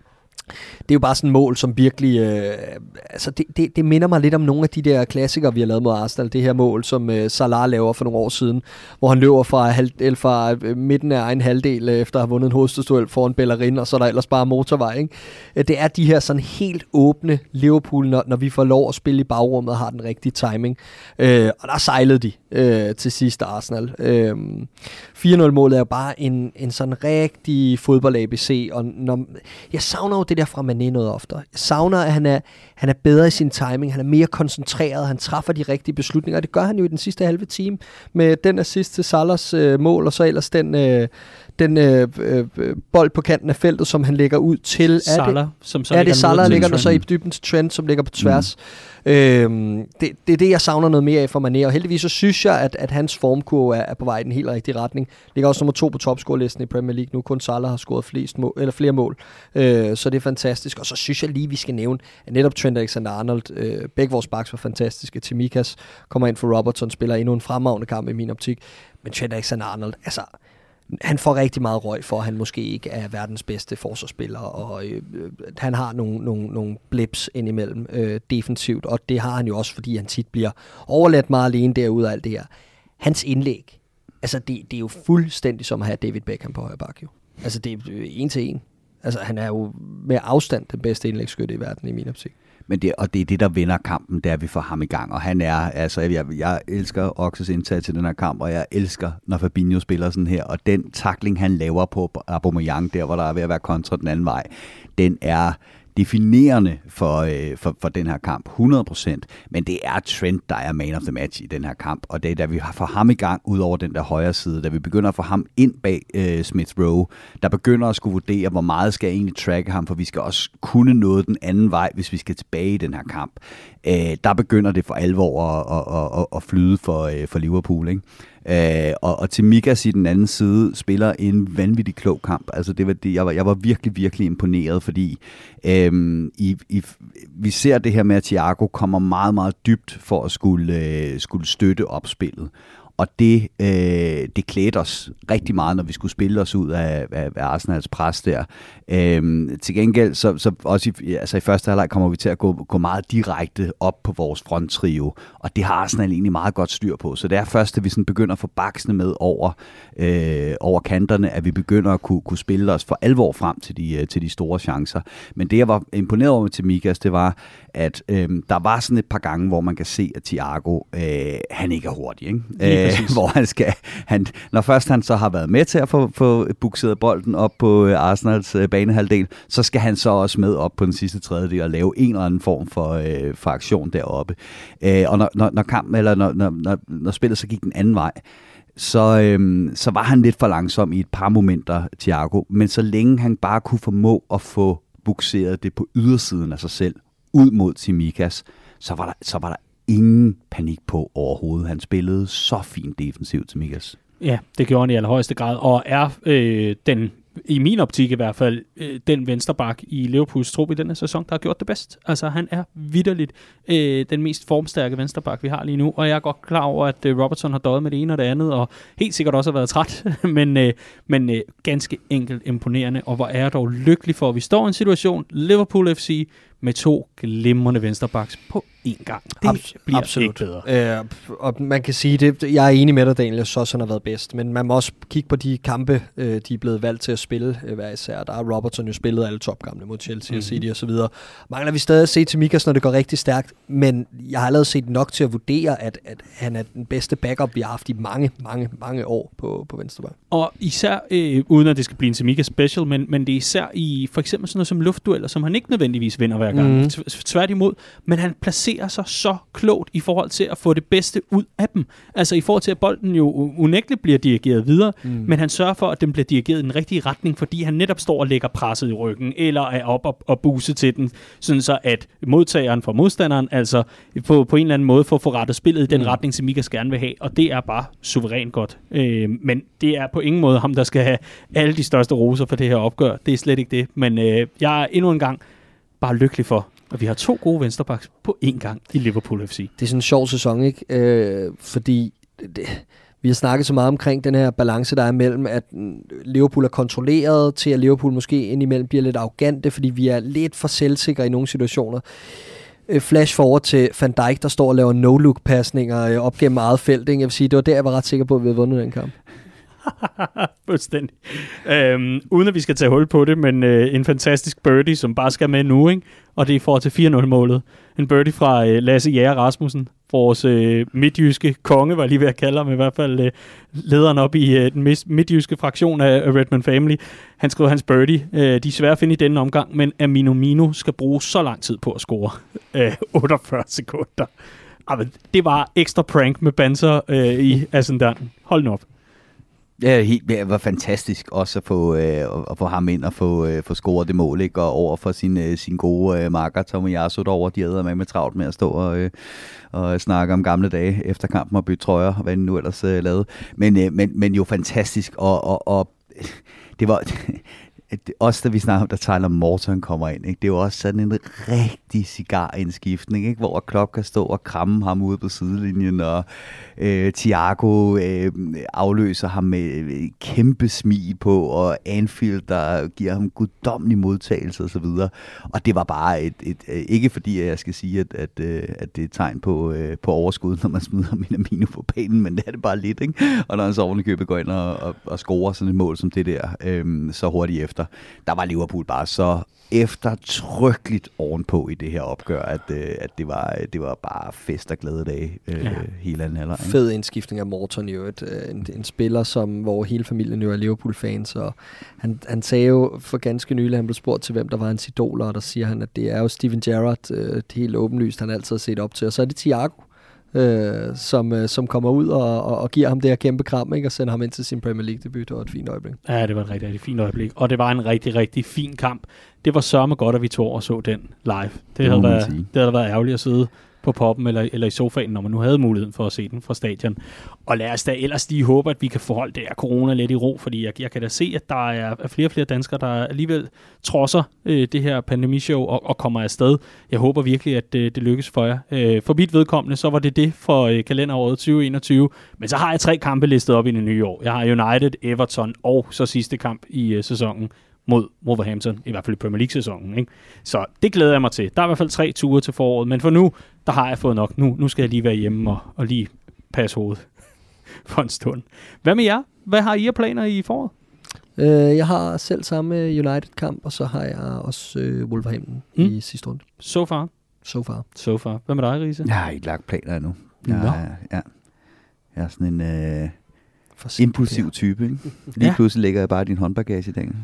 det er jo bare sådan et mål, som virkelig... altså det minder mig lidt om nogle af de der klassikere, vi har lavet mod Arsenal. Det her mål, som Salah laver for nogle år siden, hvor han løber fra midten af egen halvdel, efter at have vundet en hovedstødsduel foran Bellerin, og så er der ellers bare motorvej, ikke? Det er de her sådan helt åbne Liverpool, når vi får lov at spille i bagrummet og har den rigtige timing. Og der sejlede de til sidst Arsenal. 4-0-målet er jo bare en sådan rigtig fodbold-ABC, og jeg savner jo det der fra Mané noget oftere. Jeg savner, at han er bedre i sin timing, han er mere koncentreret, han træffer de rigtige beslutninger, og det gør han jo i den sidste halve time, med den assist til Salahs mål, og så ellers den bold på kanten af feltet, som han lægger ud til. Salah, som så det Salah ligger der så i dybden til Trent, som ligger på tværs. Det er det, jeg savner noget mere af for Mané, og heldigvis så synes jeg, at hans formkurve er på vej i den helt rigtige retning. Ligger også nummer 2 på topscorelisten i Premier League nu. Kun Salah har scoret flere mål. Så det er fantastisk. Og så synes jeg lige, vi skal nævne, at netop Trent Alexander-Arnold, begge vores backs var fantastiske. Tsimikas kommer ind for Robertson, spiller endnu en fremragende kamp i min optik. Men Trent Alexander-Arnold, altså... Han får rigtig meget røg for, at han måske ikke er verdens bedste forsvarsspiller, og han har nogle blips indimellem defensivt, og det har han jo også, fordi han tit bliver overladt meget alene derude af alt det her. Hans indlæg, altså det er jo fuldstændig som at have David Beckham på højre bak, jo. Altså det er 1 til 1. Altså han er jo med afstand den bedste indlægsskytte i verden i min optik. Men det er det, der vinder kampen, det er, at vi får ham i gang. Og han er, altså, jeg elsker Oxes indsats til den her kamp, og jeg elsker, når Fabinho spiller sådan her. Og den tackling, han laver på Aubameyang, der hvor der er ved at være kontra den anden vej, den er definerende for den her kamp, 100%. Men det er Trent, der er man of the match i den her kamp. Og det er, da vi får ham i gang ud over den der højre side, da vi begynder at få ham ind bag Smith Rowe, der begynder at skulle vurdere, hvor meget skal jeg egentlig tracke ham, for vi skal også kunne nå den anden vej, hvis vi skal tilbage i den her kamp. Der begynder det for alvor at flyde for Liverpool, ikke? Og Tsimikas i den anden side spiller en vanvittig klog kamp. Altså det var det, jeg var virkelig, virkelig imponeret, fordi vi ser det her med, at Thiago kommer meget, meget dybt for at skulle støtte opspillet. Og det klædte os rigtig meget, når vi skulle spille os ud af Arsenals pres der. Til gengæld, så også i første halvleg kommer vi til at gå meget direkte op på vores fronttrio, og det har Arsenal egentlig meget godt styr på. Så det er først, at vi sådan begynder at få baksene med over kanterne, at vi begynder at kunne spille os for alvor frem til de store chancer. Men det, jeg var imponeret over til Mikas, det var, at der var sådan et par gange, hvor man kan se, at Thiago, han ikke er hurtig, ikke? Hvor når først han så har været med til at få bukseret bolden op på Arsenals banehalvdel, så skal han så også med op på den sidste tredjedel og lave en eller anden form for aktion deroppe. Og når kampen, eller når spillet så gik den anden vej, så var han lidt for langsom i et par momenter, Thiago, men så længe han bare kunne formå at få bukseret det på ydersiden af sig selv, ud mod Tsimikas, så var der ingen panik på overhovedet. Han spillede så fint defensivt til Mikas. Ja, det gjorde han i allerhøjeste grad, og er den i min optik i hvert fald, den vensterbak i Liverpools trup i denne sæson, der har gjort det bedst. Altså, han er vitterligt den mest formstærke vensterbak, vi har lige nu, og jeg er godt klar over, at Robertson har døjet med det ene og det andet, og helt sikkert også har været træt, men ganske enkelt imponerende, og hvor er jeg dog lykkelig for, at vi står i en situation, Liverpool FC, med 2 glimrende vensterbacks på én gang. Det bliver absolut ikke bedre. Og man kan sige, jeg er enig med dig, Daniel, jeg synes, han har været bedst, men man må også kigge på de kampe, de er blevet valgt til at spille hver især. Der har Robertson jo spillet alle topkampene mod Chelsea og City og så videre. Mangler vi stadig at se til Mikas, når det går rigtig stærkt, men jeg har allerede set nok til at vurdere, at han er den bedste backup, vi har haft i mange år på venstreback. Og især, uden at det skal blive en Tsimikas special, men det er især i for eksempel sådan noget som luftdueller, som han ikke nødvendigvis vinder hver gang. Tværtimod, men han placerer sig så klogt i forhold til at få det bedste ud af dem. Altså i forhold til, at bolden jo unægteligt bliver dirigeret videre, men han sørger for, at den bliver dirigeret i den rigtige retning, fordi han netop står og lægger presset i ryggen, eller er op og buse til den, sådan så at modtageren fra modstanderen, altså på en eller anden måde får forrettet spillet i den retning, som Mikas gerne vil have, og det er bare suverænt godt. Men det er på ingen måde ham, der skal have alle de største roser for det her opgør. Det er slet ikke det, men jeg er endnu en gang bare lykkelig for, at vi har 2 gode vensterbacks på én gang i Liverpool FC. Det er sådan en sjov sæson, ikke? Fordi vi har snakket så meget omkring den her balance, der er mellem, at Liverpool er kontrolleret, til at Liverpool måske indimellem bliver lidt arrogante, fordi vi er lidt for selvsikre i nogle situationer. Flash forward til Van Dijk, der står og laver no-look-pasninger op gennem eget felt. Ikke? Jeg vil sige, det var der, jeg var ret sikker på, at vi havde vundet den kamp. Fuldstændig. Uden at vi skal tage hul på det, men en fantastisk birdie, som bare skal med nu, ikke? Og det er for til 4-0-målet. En birdie fra Lasse Jæger Rasmussen, vores midtjyske konge, var jeg lige ved at kalde ham, i hvert fald lederen op i den midtjyske fraktion af Redman Family. Han skrev hans birdie. De er svære at finde i denne omgang, men Amino Mino skal bruge så lang tid på at score. 48 sekunder. Men det var ekstra prank med Banser i Ascendanten. Hold nu op. Ja, det var fantastisk også at få ham ind og få scoret det mål, ikke? Og over for sin gode makker Tomiyasu derovre. De havde med travlt med at stå og snakke om gamle dage efter kampen og bytte trøjer, hvad den nu ellers lavede. Men jo fantastisk, og det var... Også da vi snakker om, da Tyler Morton kommer ind, ikke? Det er jo også sådan en rigtig cigarindskiftning, ikke? Hvor Klopp kan stå og kramme ham ude på sidelinjen, og Thiago afløser ham med kæmpe smil på, og Anfield, der giver ham guddommelig modtagelse osv. Og det var bare ikke fordi, at jeg skal sige, at det er et tegn på overskud, når man smider Minamino på banen, men det er det bare lidt, ikke? Og når han så ovenikøbet går ind og scorer sådan et mål som det der, så hurtigt efter, der var Liverpool bare så eftertrykkeligt ovenpå i det her opgør, at det var bare fest og glæde dage hele anden halvleg. Fed indskiftning af Morton jo, en spiller, hvor hele familien jo er Liverpool-fans, og han sagde jo for ganske nylig, han blev spurgt til, hvem der var hans idoler, og der siger han, at det er jo Steven Gerrard, helt åbenlyst, han altid har set op til, og så er det Thiago, som kommer ud og giver ham det her kæmpe kram, ikke? Og sender ham ind til sin Premier League-debut. Det var et fint øjeblik. Ja, det var et rigtig, rigtig fint øjeblik. Og det var en rigtig, rigtig fin kamp. Det var sørme godt, at vi tog og så den live. Det havde været ærgerligt at sidde på poppen eller i sofaen, når man nu havde muligheden for at se den fra stadion. Og lad os da ellers lige håbe, at vi kan forholde det her corona lidt i ro, fordi jeg kan da se, at der er flere og flere danskere, der alligevel trodser det her pandemishow og kommer afsted. Jeg håber virkelig, at det lykkes for jer. For mit vedkommende, så var det for kalenderåret 2021, men så har jeg 3 kampe listet op i det nye år. Jeg har United, Everton og så sidste kamp i sæsonen mod Wolverhampton, i hvert fald i Premier League-sæsonen. Ikke? Så det glæder jeg mig til. Der er i hvert fald 3 ture til foråret, men for nu, der har jeg fået nok. Nu skal jeg lige være hjemme og lige passe hovedet for en stund. Hvad med jer? Hvad har I af planer i foråret? Jeg har selv samme United-kamp, og så har jeg også Wolverhampton i sidste runde. So far. Hvad med dig, Riese? Jeg har ikke lagt planer endnu. Jeg er sådan en... impulsiv type, ikke? Lige pludselig lægger jeg bare din håndbagage i dag.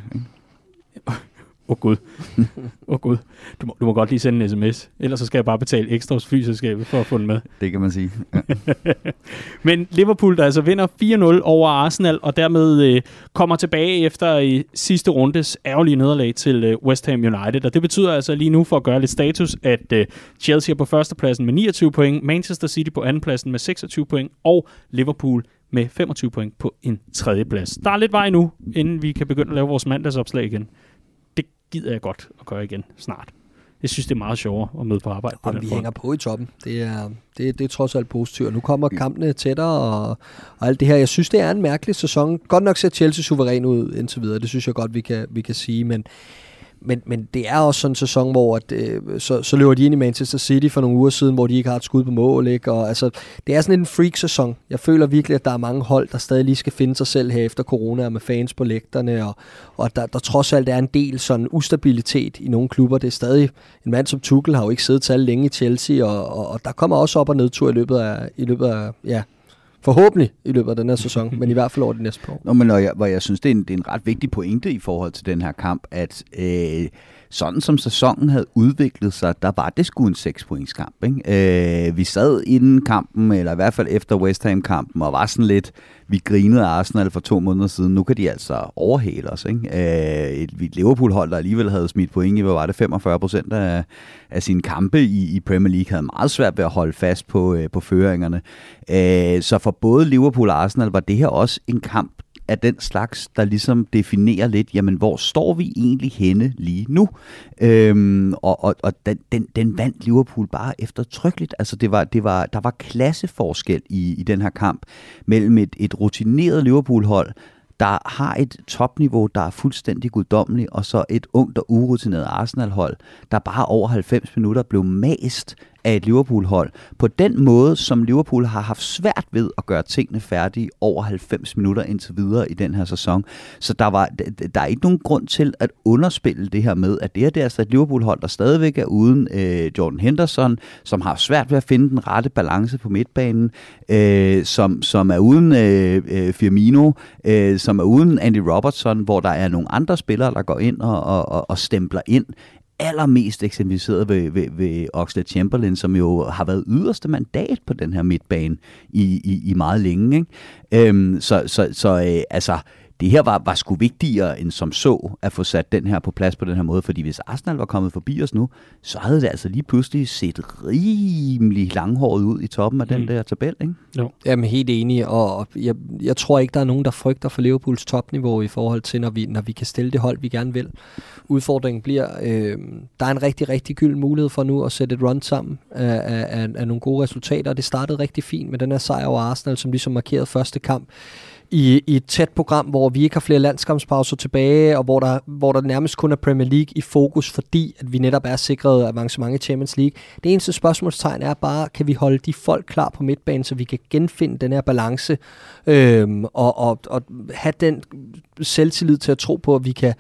Gud. Gud. Du må godt lige sende en sms. Ellers så skal jeg bare betale ekstra hos flyselskabet for at få den med. Det kan man sige. Ja. Men Liverpool, der altså vinder 4-0 over Arsenal, og dermed kommer tilbage efter sidste rundes ærgerlige nederlag til West Ham United. Og det betyder altså lige nu, for at gøre lidt status, at Chelsea er på førstepladsen med 29 point, Manchester City på andenpladsen med 26 point, og Liverpool med 25 point på en tredjeplads. Der er lidt vej nu, inden vi kan begynde at lave vores mandagsopslag igen. Det gider jeg godt at gøre igen snart. Jeg synes, det er meget sjovere at møde på arbejde. Vi hænger på i toppen. Det er trods alt positivt. Nu kommer kampene tættere og alt det her. Jeg synes, det er en mærkelig sæson. Godt nok ser Chelsea suveræn ud indtil videre. Det synes jeg godt, vi kan sige. Men det er også sådan en sæson, hvor så løber de ind i Manchester City for nogle uger siden, hvor de ikke har et skud på mål. Ikke? Og, altså, det er sådan en freak-sæson. Jeg føler virkelig, at der er mange hold, der stadig lige skal finde sig selv her efter corona med fans på lægterne. Og der trods alt er en del sådan ustabilitet i nogle klubber. Det er stadig en mand som Tuchel har jo ikke siddet særlig længe i Chelsea, og der kommer også op- og nedtur i løbet af ja, forhåbentlig i løbet af den her sæson, men i hvert fald over det næste år. Nå, men hvor jeg synes, det er en ret vigtig pointe i forhold til den her kamp, at sådan som sæsonen havde udviklet sig, der var det sgu en 6-points kamp. Ikke? Vi sad inden kampen, eller i hvert fald efter West Ham-kampen, og var sådan lidt, vi grinede af Arsenal for 2 måneder siden. Nu kan de altså overhale os. Ikke? Et Liverpool-hold, der alligevel havde smidt point i, hvad var det, 45% af sine kampe i Premier League, havde meget svært ved at holde fast på føringerne. Så for både Liverpool og Arsenal var det her også en kamp af den slags, der ligesom definerer lidt, jamen hvor står vi egentlig henne lige nu? Og den vandt Liverpool bare eftertrykkeligt. Altså der var klasseforskel i den her kamp mellem et rutineret Liverpool-hold, der har et topniveau, der er fuldstændig guddommeligt, og så et ungt og urutineret Arsenal-hold, der bare over 90 minutter blev mast af et Liverpool-hold. På den måde, som Liverpool har haft svært ved at gøre tingene færdige over 90 minutter indtil videre i den her sæson. Så der er ikke nogen grund til at underspille det her med, at det er altså et Liverpool-hold, der stadigvæk er uden Jordan Henderson, som har svært ved at finde den rette balance på midtbanen, som er uden Firmino, som er uden Andy Robertson, hvor der er nogle andre spillere, der går ind og stempler ind. Allermest eksemplificeret ved Oxlade-Chamberlain, som jo har været yderste mandat på den her midtbane i meget længe. Ikke? Altså, det her var sgu vigtigere end som så at få sat den her på plads på den her måde, fordi hvis Arsenal var kommet forbi os nu, så havde det altså lige pludselig set rimelig langhåret ud i toppen af den der tabel, ikke? Jo. Jamen helt enig, og jeg tror ikke, der er nogen, der frygter for Liverpools topniveau i forhold til, når vi kan stille det hold, vi gerne vil. Udfordringen bliver, der er en rigtig, rigtig gylden mulighed for nu at sætte et run sammen af nogle gode resultater, og det startede rigtig fint med den her sejr over Arsenal, som ligesom markerede første kamp i et tæt program, hvor vi ikke har flere landskampspauser tilbage, og hvor der nærmest kun er Premier League i fokus, fordi at vi netop er sikret avancement i Champions League. Det eneste spørgsmålstegn er bare, kan vi holde de folk klar på midtbanen, så vi kan genfinde den her balance, og have den selvtillid til at tro på, at vi kan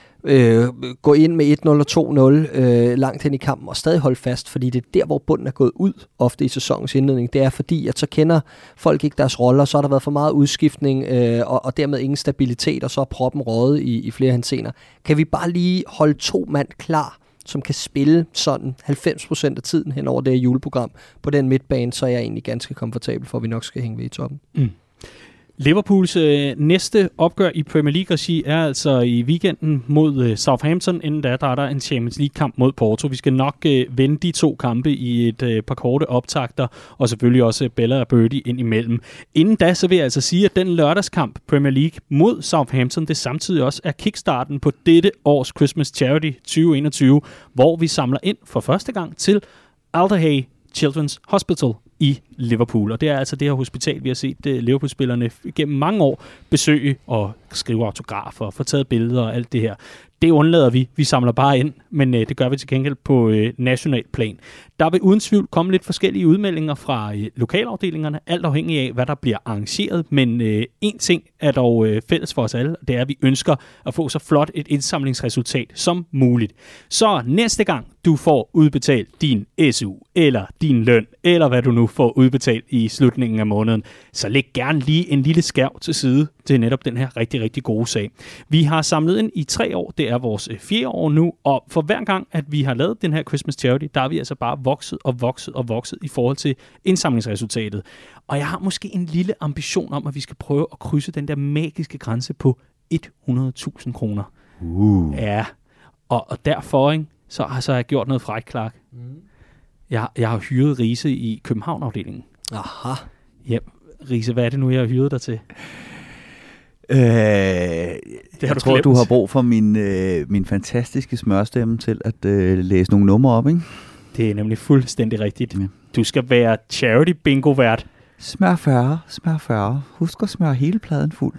gå ind med 1-0 og 2-0 langt hen i kampen og stadig holde fast, fordi det er der, hvor bunden er gået ud ofte i sæsonens indledning. Det er fordi, at så kender folk ikke deres roller, så har der været for meget udskiftning og dermed ingen stabilitet, og så er proppen røget i flere henseender. Kan vi bare lige holde 2 mand klar, som kan spille sådan 90% af tiden hen over det her juleprogram på den midtbane, så er jeg egentlig ganske komfortabel for, at vi nok skal hænge ved i toppen. Mm. Liverpools næste opgør i Premier League-regi er altså i weekenden mod Southampton. Inden da, der er der en Champions League-kamp mod Porto. Vi skal nok vende de 2 kampe i et par korte optakter, og selvfølgelig også Bella og Birdie ind imellem. Inden da, så vil jeg altså sige, at den lørdagskamp Premier League mod Southampton, det samtidig også er kickstarten på dette års Christmas Charity 2021, hvor vi samler ind for første gang til Alderhay Children's Hospital i Liverpool. Og det er altså det her hospital, vi har set Liverpool-spillerne gennem mange år besøge og skrive autografer, få taget billeder og alt det her. Det undlader vi. Vi samler bare ind, men det gør vi til gengæld på national plan. Der vil uden tvivl komme lidt forskellige udmeldinger fra lokalafdelingerne, alt afhængig af, hvad der bliver arrangeret. Men en ting er dog fælles for os alle, det er, at vi ønsker at få så flot et indsamlingsresultat som muligt. Så næste gang du får udbetalt din SU, eller din løn, eller hvad du nu får udbetalt i slutningen af måneden, så læg gerne lige en lille skærv til side til netop den her rigtig, rigtig gode sag. Vi har samlet ind i 3 år, det er vores 4. år nu, og for hver gang, at vi har lavet den her Christmas Charity, der er vi altså bare vokset i forhold til indsamlingsresultatet. Og jeg har måske en lille ambition om, at vi skal prøve at krydse den der magiske grænse på 100.000 kroner. Ja, og derfor, ikke, så har jeg gjort noget frækt, Clark. Jeg har hyret Riise i København-afdelingen. Aha. Ja, Riese, hvad er det nu, jeg har hyret dig til? Jeg tror, du har brug for min fantastiske smørstemme til at læse nogle numre op, ikke? Det er nemlig fuldstændig rigtigt. Ja. Du skal være charity bingo-vært. Smør 40. Husk at smøre hele pladen fuld.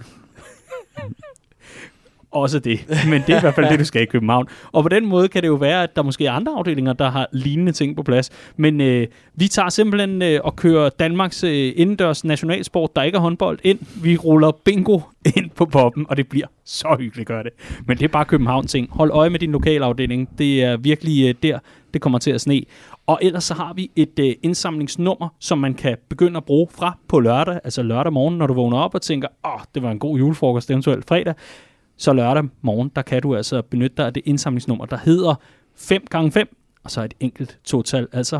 Også det, men det er i hvert fald det, du skal i København. Og på den måde kan det jo være, at der måske er andre afdelinger, der har lignende ting på plads. Men vi tager simpelthen og kører Danmarks indendørs nationalsport, der ikke er håndbold, ind. Vi ruller bingo ind på poppen, og det bliver så hyggeligt, gør det. Men det er bare København ting. Hold øje med din lokalafdeling. Det er virkelig der, det kommer til at sne. Og ellers så har vi et indsamlingsnummer, som man kan begynde at bruge fra på lørdag, altså lørdag morgen, når du vågner op og tænker, det var en god julefrokost, eventuelt fredag. Så lørdag morgen, der kan du altså benytte dig af det indsamlingsnummer, der hedder 5x5, og så et enkelt total, altså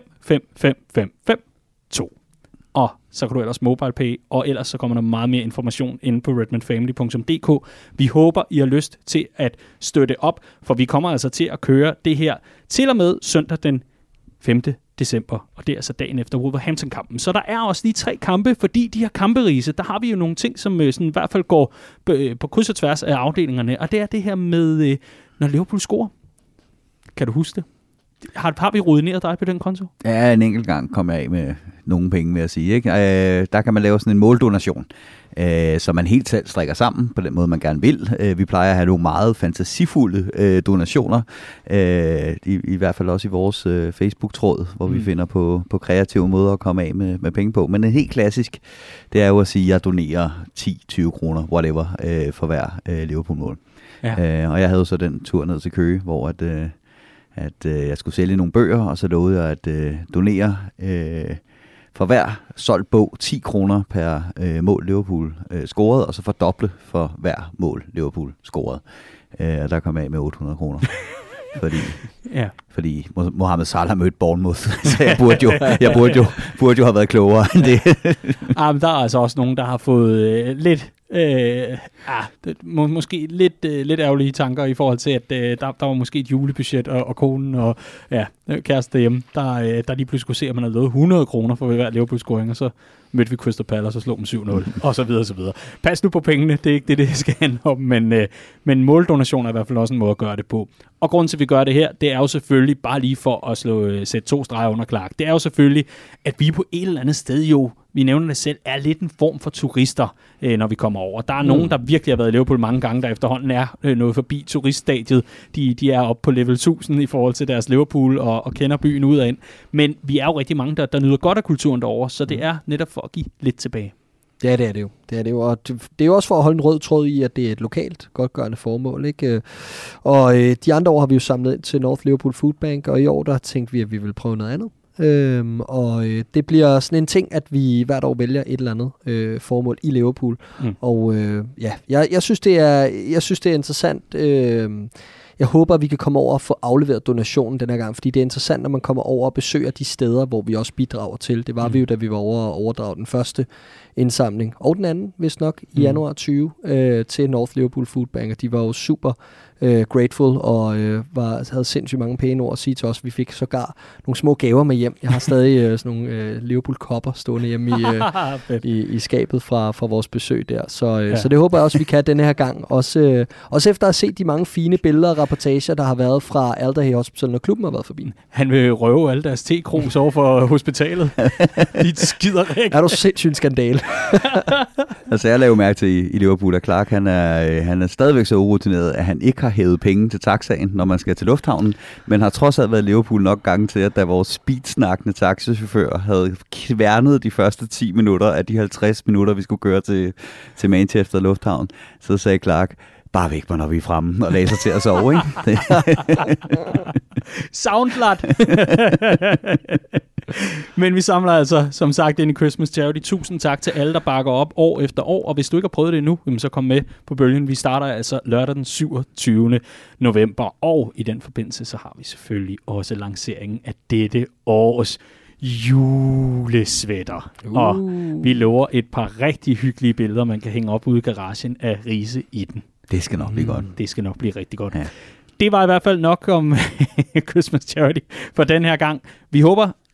555552. Og så kan du ellers MobilePay, og ellers så kommer der meget mere information inde på redmondfamily.dk. Vi håber, I har lyst til at støtte op, for vi kommer altså til at køre det her til og med søndag den 5. december, og det er altså dagen efter Wolverhampton-kampen. Så der er også lige 3 kampe, fordi de her kamperise, der har vi jo nogle ting, som sådan, i hvert fald går på kryds og tværs af afdelingerne, og det er det her med, når Liverpool scorer. Kan du huske det? Har vi ruineret dig på den konto? Ja, en enkelt gang kom jeg af med nogle penge, vil jeg sige. Ikke? Der kan man lave sådan en måldonation, så man helt selv strikker sammen på den måde, man gerne vil. Vi plejer at have nogle meget fantasifulde donationer, i hvert fald også i vores Facebook-tråd, hvor vi finder på kreative måder at komme af med penge på. Men en helt klassisk, det er jo at sige, at jeg donerer 10-20 kroner, whatever, for hver Liverpool-mål. Ja. Og jeg havde så den tur ned til Køge, hvor at jeg skulle sælge nogle bøger, og så lovede jeg at donere for hver solgt bog 10 kroner per mål Liverpool scoret, og så fordoble for hver mål Liverpool scoret. Og der kom jeg af med 800 kroner. Fordi Mohamed Salah mødte Bournemouth, så jeg burde jo have været klogere end det. Men der er altså også nogen, der har fået lidt måske lidt ærgerlige tanker i forhold til, at der var måske et julebudget, og konen og kæreste derhjemme, der lige pludselig skulle se, at man havde lovet 100 kroner for hver Liverpool-scoring, og så mødte vi Crystal Palace og slog dem 7-0, og så videre, så videre. Pas nu på pengene, det er ikke det skal handle om, men måldonationer er i hvert fald også en måde at gøre det på. Og grunden til, at vi gør det her, det er jo selvfølgelig, bare lige for at sætte 2 streger under Clark, det er jo selvfølgelig, at vi på et eller andet sted jo, vi nævner det selv, er lidt en form for turister, når vi kommer over. Der er nogen, der virkelig har været i Liverpool mange gange, der efterhånden er nået forbi turiststadiet. De er oppe på level 1000 i forhold til deres Liverpool og kender byen ud og ind. Men vi er jo rigtig mange, der nyder godt af kulturen derovre, så det er netop for at give lidt tilbage. Ja, det er det jo. Og det er jo også for at holde en rød tråd i, at det er et lokalt godtgørende formål, ikke? Og de andre år har vi jo samlet ind til North Liverpool Food Bank, og i år der tænkte vi, at vi ville prøve noget andet. Det bliver sådan en ting, at vi hvert år vælger et eller andet formål i Liverpool. Og jeg synes det er interessant. Jeg håber, at vi kan komme over og få afleveret donationen den her gang, fordi det er interessant, når man kommer over og besøger de steder, hvor vi også bidrager til. Det var vi jo, da vi var over og overdrage den første indsamling, og den anden, vist nok, i januar 20 til North Liverpool Food Bank, og de var jo super grateful og havde sindssygt mange pæne ord at sige til os. Vi fik sågar nogle små gaver med hjem. Jeg har stadig sådan nogle Liverpool-kopper stående hjemme i skabet fra vores besøg der. Så det håber jeg også, vi kan denne her gang. Også efter at have set de mange fine billeder og rapportager, der har været fra Alderhay Hospital, når klubben har været forbi. Han vil røve alle deres tekrus over for hospitalet. De skider ikke. Er du sindssygt en skandale? Altså jeg laver mærke til i Liverpool, at Clark han er stadigvæk så urutineret, at han ikke har hævet penge til taxaen, når man skal til lufthavnen, men har trods alt været i Liverpool nok gange til, at da vores speedsnakkende taxachauffør havde kværnet de første 10 minutter af de 50 minutter, vi skulle køre til Manchester Lufthavn, så sagde Clark, bare væk mig, når vi er fremme, og lagde sig til at sove, ikke? Soundflat! Men vi samler altså, som sagt, ind i Christmas Charity. Tusind tak til alle, der bakker op år efter år, og hvis du ikke har prøvet det endnu, så kom med på bølgen. Vi starter altså lørdag den 27. november, og i den forbindelse, så har vi selvfølgelig også lanceringen af dette års julesvætter. Og vi lover et par rigtig hyggelige billeder, man kan hænge op ude i garagen af Riise i den. Det skal nok blive godt. Det skal nok blive rigtig godt. Ja. Det var i hvert fald nok om Christmas Charity for den her gang. Vi håber,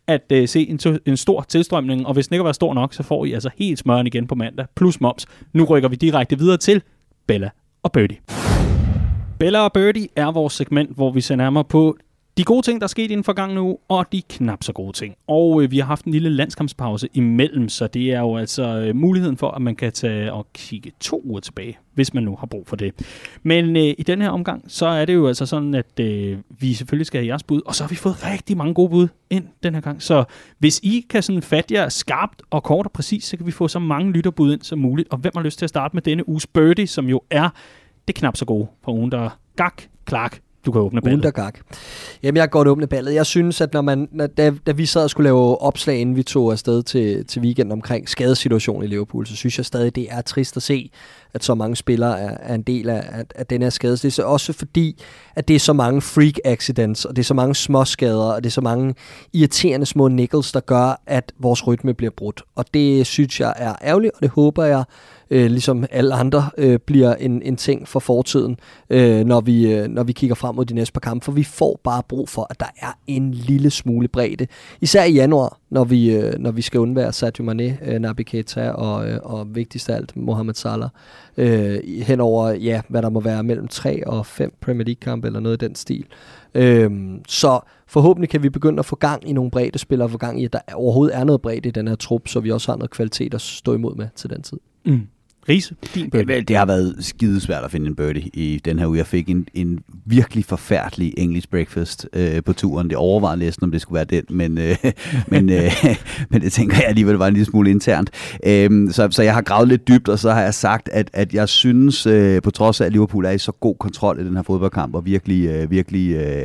at se en stor tilstrømning, og hvis den ikke var stor nok, så får I altså helt smøren igen på mandag, plus moms. Nu rykker vi direkte videre til Bella og Birdie. Bella og Birdie er vores segment, hvor vi ser nærmere på de gode ting, der er sket i den forgangne uge, og de knap så gode ting. Og vi har haft en lille landskampspause imellem, så det er jo altså muligheden for, at man kan tage og kigge 2 uger tilbage, hvis man nu har brug for det. Men i den her omgang, så er det jo altså sådan, at vi selvfølgelig skal have jeres bud, og så har vi fået rigtig mange gode bud ind den her gang. Så hvis I kan sådan fatte jer skarpt og kort og præcis, så kan vi få så mange lytterbud ind som muligt. Og hvem har lyst til at starte med denne uges Birdie, som jo er det knap så gode for ugen, der gak, klak. Du kan åbne ballet. Undergak. Jamen, jeg kan godt åbne ballet. Jeg synes, at da vi sad og skulle lave opslag, inden vi tog afsted til weekenden omkring skadesituationen i Liverpool, så synes jeg stadig, det er trist at se, at så mange spillere er en del af den her skade. Det er også fordi, at det er så mange freak accidents, og det er så mange små skader, og det er så mange irriterende små nickels, der gør, at vores rytme bliver brudt. Og det synes jeg er ærgerligt, og det håber jeg, ligesom alle andre, bliver en ting for fortiden, når vi kigger frem mod de næste par kampe. For vi får bare brug for, at der er en lille smule bredde. Især i januar, når vi skal undvære Sadio Mané, Naby Keita og vigtigst af alt Mohamed Salah. Henover, hvad der må være mellem 3 og 5 Premier League-kampe eller noget i den stil. Så forhåbentlig kan vi begynde at få gang i nogle bredde spillere, få gang i, at der overhovedet er noget bredde i den her trup, så vi også har noget kvalitet at stå imod med til den tid. Riese, din birdie. Det har været skidesvært at finde en birdie i den her uge. Jeg fik en virkelig forfærdelig English breakfast på turen. Det overvejede næsten, om det skulle være den, men det tænker jeg alligevel var en lille smule internt. Så jeg har gravet lidt dybt, og så har jeg sagt, at jeg synes, på trods af, at Liverpool er i så god kontrol i den her fodboldkamp, og virkelig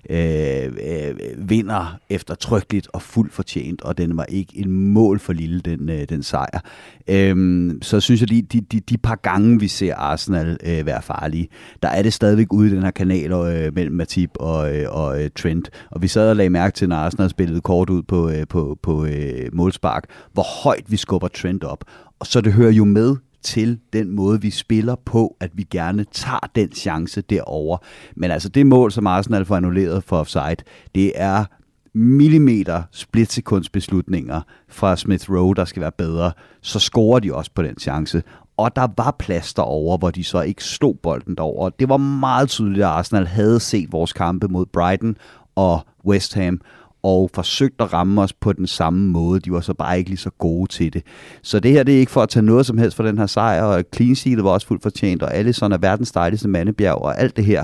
vinder eftertrykkeligt og fuldt fortjent, og den var ikke en mål for lille, den sejr. Så synes jeg, de par gange, vi ser Arsenal være farlige, der er det stadigvæk ude i den her kanal mellem Matip og Trent. Og vi sad og lagde mærke til, når Arsenal spillede kort ud på målspark, hvor højt vi skubber Trent op. Og så det hører jo med til den måde, vi spiller på, at vi gerne tager den chance derover. Men altså det mål, som Arsenal får annulleret for offside, det er millimeter splitsekundsbeslutninger fra Smith Rowe, der skal være bedre. Så scorer de også på den chance. Og der var plads derover, hvor de så ikke slog bolden derover. Det var meget tydeligt, at Arsenal havde set vores kampe mod Brighton og West Ham, og forsøgt at ramme os på den samme måde. De var så bare ikke lige så gode til det. Så det her, det er ikke for at tage noget som helst for den her sejr, og clean sheetet var også fuldt fortjent, og Alisson er verdens dejligste mandebjerg, og alt det her.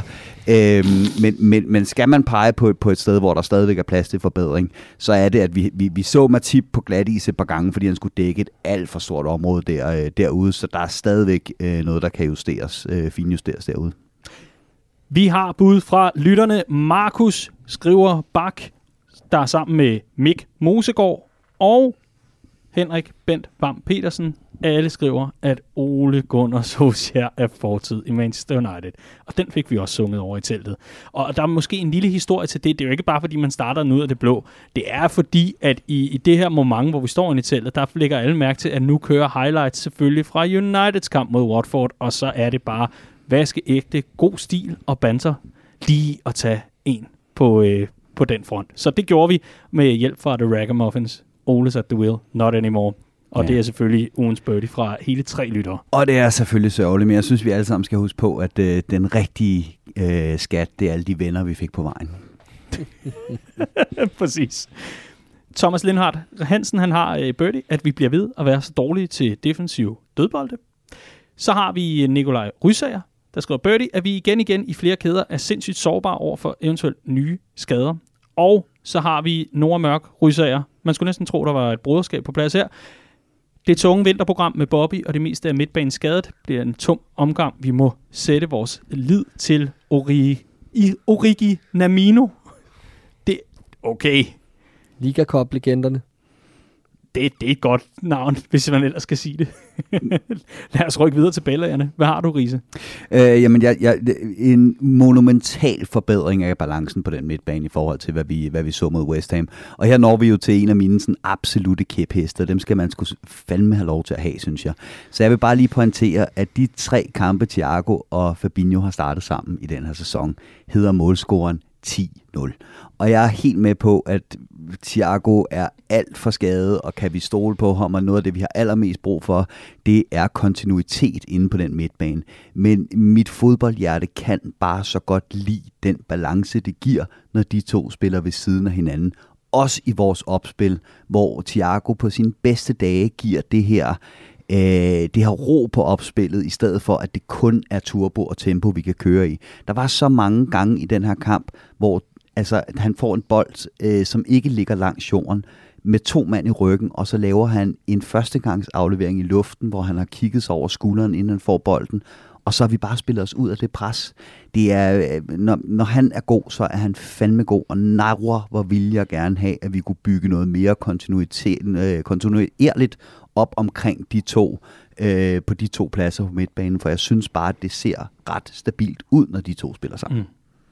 Men skal man pege på et sted, hvor der stadigvæk er plads til forbedring, så er det, at vi så Matip på glatis et par gange, fordi han skulle dække et alt for stort område derude, så der er stadigvæk noget, der kan finjusteres derude. Vi har bud fra lytterne. Markus skriver Bak, der er sammen med Mik Mosegaard og Henrik Bent Bam Petersen. Alle skriver, at Ole Gunnar Solskjaer er fortid i Manchester United. Og den fik vi også sunget over i teltet. Og der er måske en lille historie til det. Det er jo ikke bare, fordi man starter den ud af det blå. Det er fordi, at i det her moment, hvor vi står inde i teltet, der lægger alle mærke til, at nu kører highlights selvfølgelig fra Uniteds kamp mod Watford. Og så er det bare vaskeægte, god stil og banter lige at tage en på den front. Så det gjorde vi med hjælp fra The Ragamuffins. Ole's at the wheel, not anymore. Og det er selvfølgelig ugens birdie fra hele 3 lyttere. Og det er selvfølgelig sørgeligt, men jeg synes, vi alle sammen skal huske på, at den rigtige skat, det er alle de venner, vi fik på vejen. Præcis. Thomas Lindhardt Hansen, han har birdie, at vi bliver ved at være så dårlige til defensiv dødbolde. Så har vi Nikolaj Rysager, der skriver birdie, at vi igen i flere kæder er sindssygt sårbare over for eventuelt nye skader. Og så har vi Nora Mørk Rysager. Man skulle næsten tro, der var et broderskab på plads her. Det tunge vinterprogram med Bobby og det meste af midtbanen skadet bliver en tung omgang. Vi må sætte vores lid til Origi Namino. Det okay. Liga Cup-legenderne. Det er et godt navn, hvis man ellers skal sige det. Lad os rykke videre til bælgerne. Hvad har du, Riese? Jamen, en monumental forbedring af balancen på den midtbane i forhold til, hvad vi så mod West Ham. Og her når vi jo til en af mine sådan, absolute kæphester. Dem skal man sgu fandme have lov til at have, synes jeg. Så jeg vil bare lige pointere, at de 3 kampe, Thiago og Fabinho har startet sammen i den her sæson, hedder målscoren 10-0. Og jeg er helt med på, at Thiago er alt for skadet, og kan vi stole på ham, og noget af det, vi har allermest brug for, det er kontinuitet inde på den midtbane. Men mit fodboldhjerte kan bare så godt lide den balance, det giver, når de to spiller ved siden af hinanden. Også i vores opspil, hvor Thiago på sine bedste dage giver det her ro på opspillet, i stedet for, at det kun er turbo og tempo, vi kan køre i. Der var så mange gange i den her kamp, hvor han får en bold, som ikke ligger langs jorden, med 2 mand i ryggen, og så laver han en førstegangsaflevering i luften, hvor han har kigget sig over skulderen, inden han får bolden, og så har vi bare spillet os ud af det pres. Det er, når han er god, så er han fandme god, og narrer, hvor vil jeg gerne have, at vi kunne bygge noget mere kontinuerligt op omkring de to, på de to pladser på midtbanen, for jeg synes bare, at det ser ret stabilt ud, når de to spiller sammen.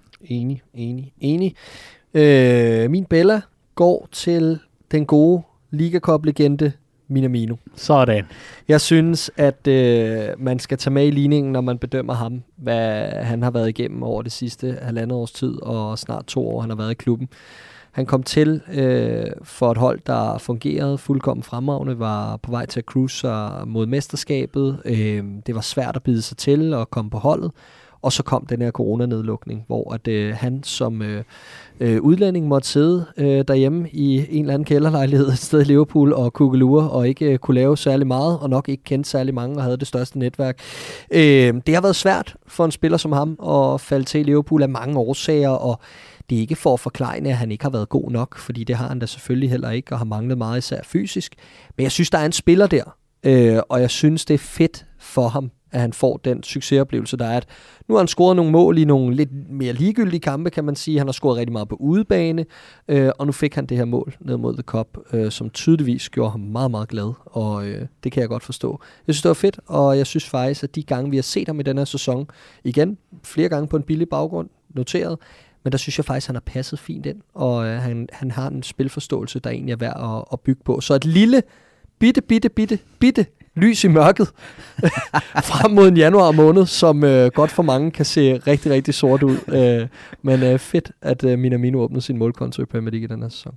Enig. Min Bella går til den gode Liga Cup-legende Minamino. Sådan. Jeg synes, at man skal tage med i ligningen, når man bedømmer ham, hvad han har været igennem over det sidste 1,5 års tid, og snart 2 år, han har været i klubben. Han kom til for et hold, der fungerede fuldkommen fremragende, var på vej til at cruise mod mesterskabet. Det var svært at bide sig til og komme på holdet. Og så kom den her coronanedlukning, hvor at, han som udlænding måtte sidde derhjemme i en eller anden kælderlejlighed et sted i Liverpool og kukkelure og ikke kunne lave særlig meget, og nok ikke kendte særlig mange og havde det største netværk. Det har været svært for en spiller som ham at falde til i Liverpool af mange årsager, og det er ikke for at forklejne, at han ikke har været god nok, fordi det har han da selvfølgelig heller ikke, og har manglet meget især fysisk. Men jeg synes, der er en spiller der, og jeg synes, det er fedt for ham, at han får den succesoplevelse, der er, at nu har han scoret nogle mål i nogle lidt mere ligegyldige kampe, kan man sige. Han har scoret rigtig meget på udebane, og nu fik han det her mål ned mod The Cup, som tydeligvis gjorde ham meget, meget glad, og det kan jeg godt forstå. Jeg synes, det var fedt, og jeg synes faktisk, at de gange, vi har set ham i den her sæson, igen, flere gange på en billig baggrund, noteret, men der synes jeg faktisk, at han har passet fint ind, og han har en spilforståelse, der egentlig er værd at bygge på. Så et lille, bitte lys i mørket frem mod en januar måned, som godt for mange kan se rigtig, rigtig sort ud. Men fedt, at Minamino åbnede sin målkonto i Premier League i den her sæson.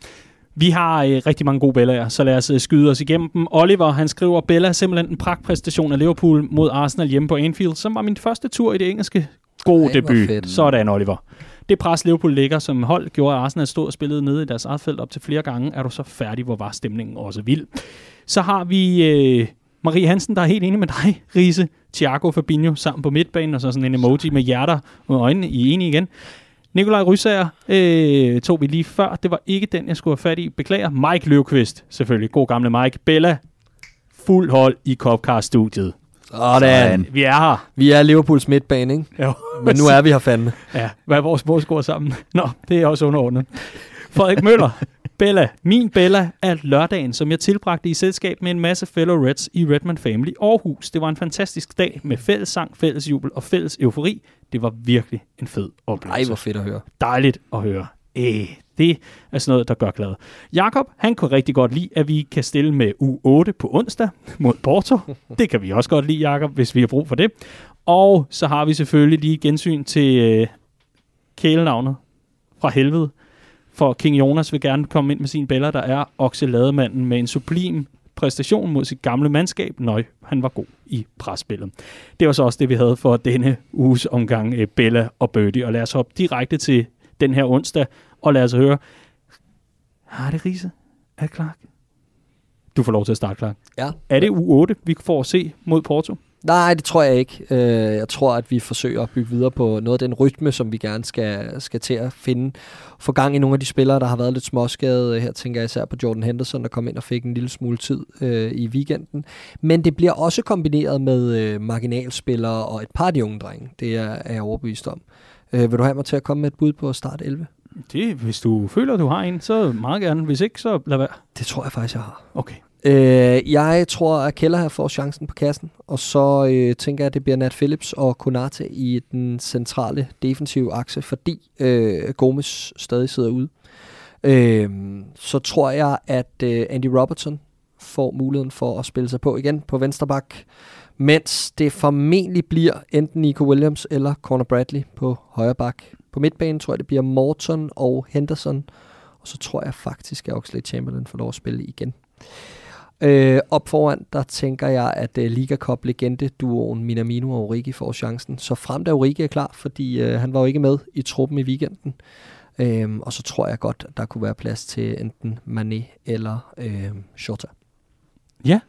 Vi har rigtig mange gode Bellaer, så lad os skyde os igennem dem. Oliver, han skriver, Bella simpelthen en pragtpræstation af Liverpool mod Arsenal hjemme på Anfield, som var min første tur i det engelske. God debut. Sådan, Oliver. Det pres, Liverpool ligger som hold, gjorde, at Arsenal stod og spillede nede i deres eget felt op til flere gange. Er du så færdig, hvor var stemningen også vild? Så har vi Marie Hansen, der er helt enig med dig, Riese, Thiago, Fabinho sammen på midtbanen, og så sådan en emoji med hjerter med øjnene. I er enige igen. Nikolaj Rysager tog vi lige før. Det var ikke den, jeg skulle have fat i. Beklager. Mike Løvqvist, selvfølgelig. God gamle Mike. Bella, fuld hold i Copcast-studiet. Sådan. Vi er her. Vi er Liverpools midtbane, ikke? Jo. Men nu er vi her fandme. Ja, hvad er vores målscore sammen? Nå, det er også underordnet. Frederik Møller. Bella. Min Bella er lørdagen, som jeg tilbragte i selskab med en masse fellow Reds i Redman Family Aarhus. Det var en fantastisk dag med fælles sang, fælles jubel og fælles eufori. Det var virkelig en fed oplevelse. Ej, hvor fedt at høre. Dejligt at høre. Det er sådan noget, der gør glad. Jakob, han kunne rigtig godt lide, at vi kan stille med U8 på onsdag mod Porto. Det kan vi også godt lide, Jakob, hvis vi har brug for det. Og så har vi selvfølgelig lige gensyn til kælenavnet fra helvede. For King Jonas vil gerne komme ind med sin Bella, der er okselademanden med en sublim præstation mod sit gamle mandskab. Nøj, han var god i presspillet. Det var så også det, vi havde for denne uges omgang Bella og Birdie. Og lad os hoppe direkte til den her onsdag, og lad os høre. Har det Riese? Er det Clark? Du får lov til at starte, Clark. Ja. Er det U8, vi får at se mod Porto? Nej, det tror jeg ikke. Jeg tror, at vi forsøger at bygge videre på noget af den rytme, som vi gerne skal til at finde. Få gang i nogle af de spillere, der har været lidt småskade. Her tænker jeg især på Jordan Henderson, der kom ind og fik en lille smule tid i weekenden. Men det bliver også kombineret med marginalspillere og et par af de unge drenge. Det er jeg overbevist om. Vil du have mig til at komme med et bud på start 11? Det, hvis du føler, at du har en, så meget gerne. Hvis ikke, så lad være. Det tror jeg faktisk, jeg har. Okay. Jeg tror, at Keller her får chancen på kassen, og så tænker jeg, at det bliver Nat Phillips og Konate i den centrale defensive akse, fordi Gomes stadig sidder ude. Så tror jeg, at Andy Robertson får muligheden for at spille sig på igen på venstre bak, mens det formentlig bliver enten Nico Williams eller Conor Bradley på højre bak På midtbanen tror jeg, det bliver Morton og Henderson. Og så tror jeg faktisk, at Oxlade-Chamberlain får lov at spille igen. Op foran, der tænker jeg, at Liga Cup-legende-duoen Minamino og Origi får chancen. Så frem da Origi er klar, fordi han var jo ikke med i truppen i weekenden. Og så tror jeg godt, at der kunne være plads til enten Mané eller Jota. Ja.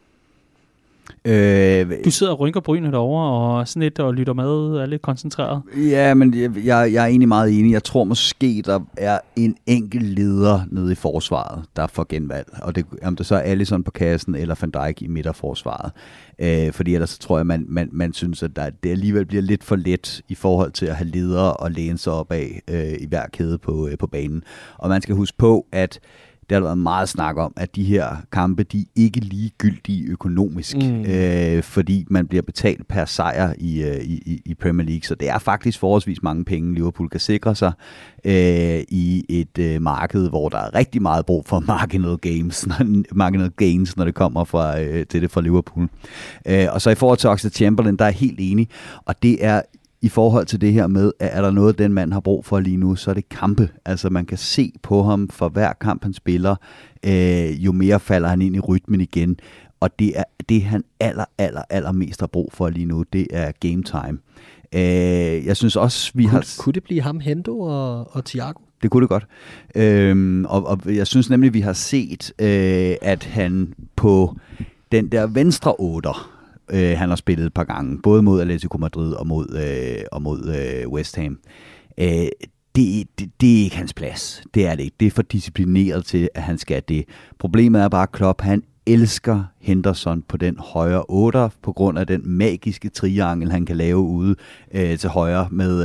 Du sidder og rynker brynene derovre og sådan lidt og lytter med og er lidt koncentreret. Ja, men jeg er egentlig meget enig. Jeg tror måske, der er en enkelt leder nede i forsvaret, der får genvalg. Og om det så er Alisson på kassen eller Van Dijk i midterforsvaret. Fordi ellers så tror jeg, man synes, at det alligevel bliver lidt for let i forhold til at have ledere og læne sig op af i hver kæde på banen. Og man skal huske på, at der har været meget snak om, at de her kampe, de er ikke ligegyldige økonomisk, fordi man bliver betalt per sejr i Premier League. Så det er faktisk forholdsvis mange penge, Liverpool kan sikre sig i et marked, hvor der er rigtig meget brug for marginal gains, når det kommer til det fra Liverpool. Og så i forhold til Oxlade-Chamberlain, der er helt enig, og det er i forhold til det her med, at er der noget, den mand har brug for lige nu, så er det kampe. Altså man kan se på ham for hver kamp, han spiller, jo mere falder han ind i rytmen igen. Og det er det, han allermest har brug for lige nu, det er game time. Jeg synes også, Kunne det blive ham, Hendo og Thiago? Det kunne det godt. Og jeg synes nemlig, vi har set, at han på den der venstre otter, han har spillet et par gange, både mod Atletico Madrid og mod West Ham. Det er ikke hans plads. Det er det ikke. Det er for disciplineret til, at han skal det. Problemet er bare, at Klopp, han elsker Henderson på den højre otter, på grund af den magiske triangel, han kan lave ude til højre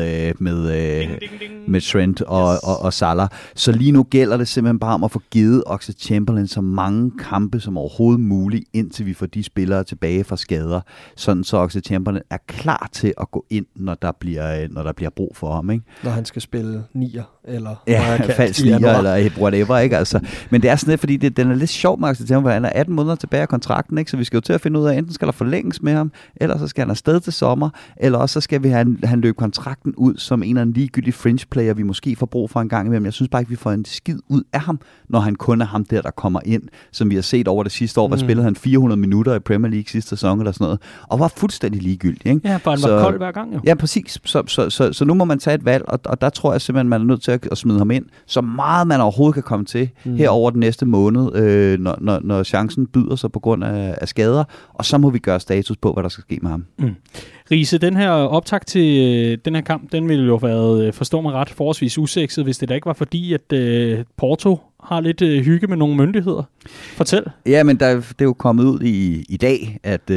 med Trent og Salah. Så lige nu gælder det simpelthen bare om at få givet Oxlade-Chamberlain så mange kampe som overhovedet muligt, indtil vi får de spillere tilbage fra skader, sådan så Oxlade-Chamberlain er klar til at gå ind, når der bliver brug for ham. Ikke? Når han skal spille nier, eller falsk nier, eller whatever. Ikke? Altså, men det er sådan lidt, fordi den er lidt sjov med Oxlade-Chamberlain, han er 18 måneder tilbage af kontrakten, ikke? Så vi skal jo til at finde ud af, enten skal der forlænges med ham, eller så skal han afsted til sommer, eller også så skal vi have han løbe kontrakten ud som en eller anden ligegyldig fringe player, vi måske får brug for en gang imellem. Jeg synes bare ikke, vi får en skid ud af ham, når han kun er ham der kommer ind, som vi har set over det sidste år, hvor spillede han 400 minutter i Premier League sidste sæson eller sådan noget, og var fuldstændig ligegyldig. Ikke? Ja, bare han var kold hver gang jo. Ja, præcis. Så nu må man tage et valg, og der tror jeg simpelthen, man er nødt til at smide ham ind, så meget man overhovedet kan komme til her over den næste måned, når chancen byder sig på grund af skader, og så må vi gøre status på, hvad der skal ske med ham. Riese, den her optakt til den her kamp, den ville jo have været, forstå mig ret, forholdsvis usekset, hvis det da ikke var fordi, at Porto har lidt hygge med nogle myndigheder. Fortæl. Ja, men det er jo kommet ud i dag, at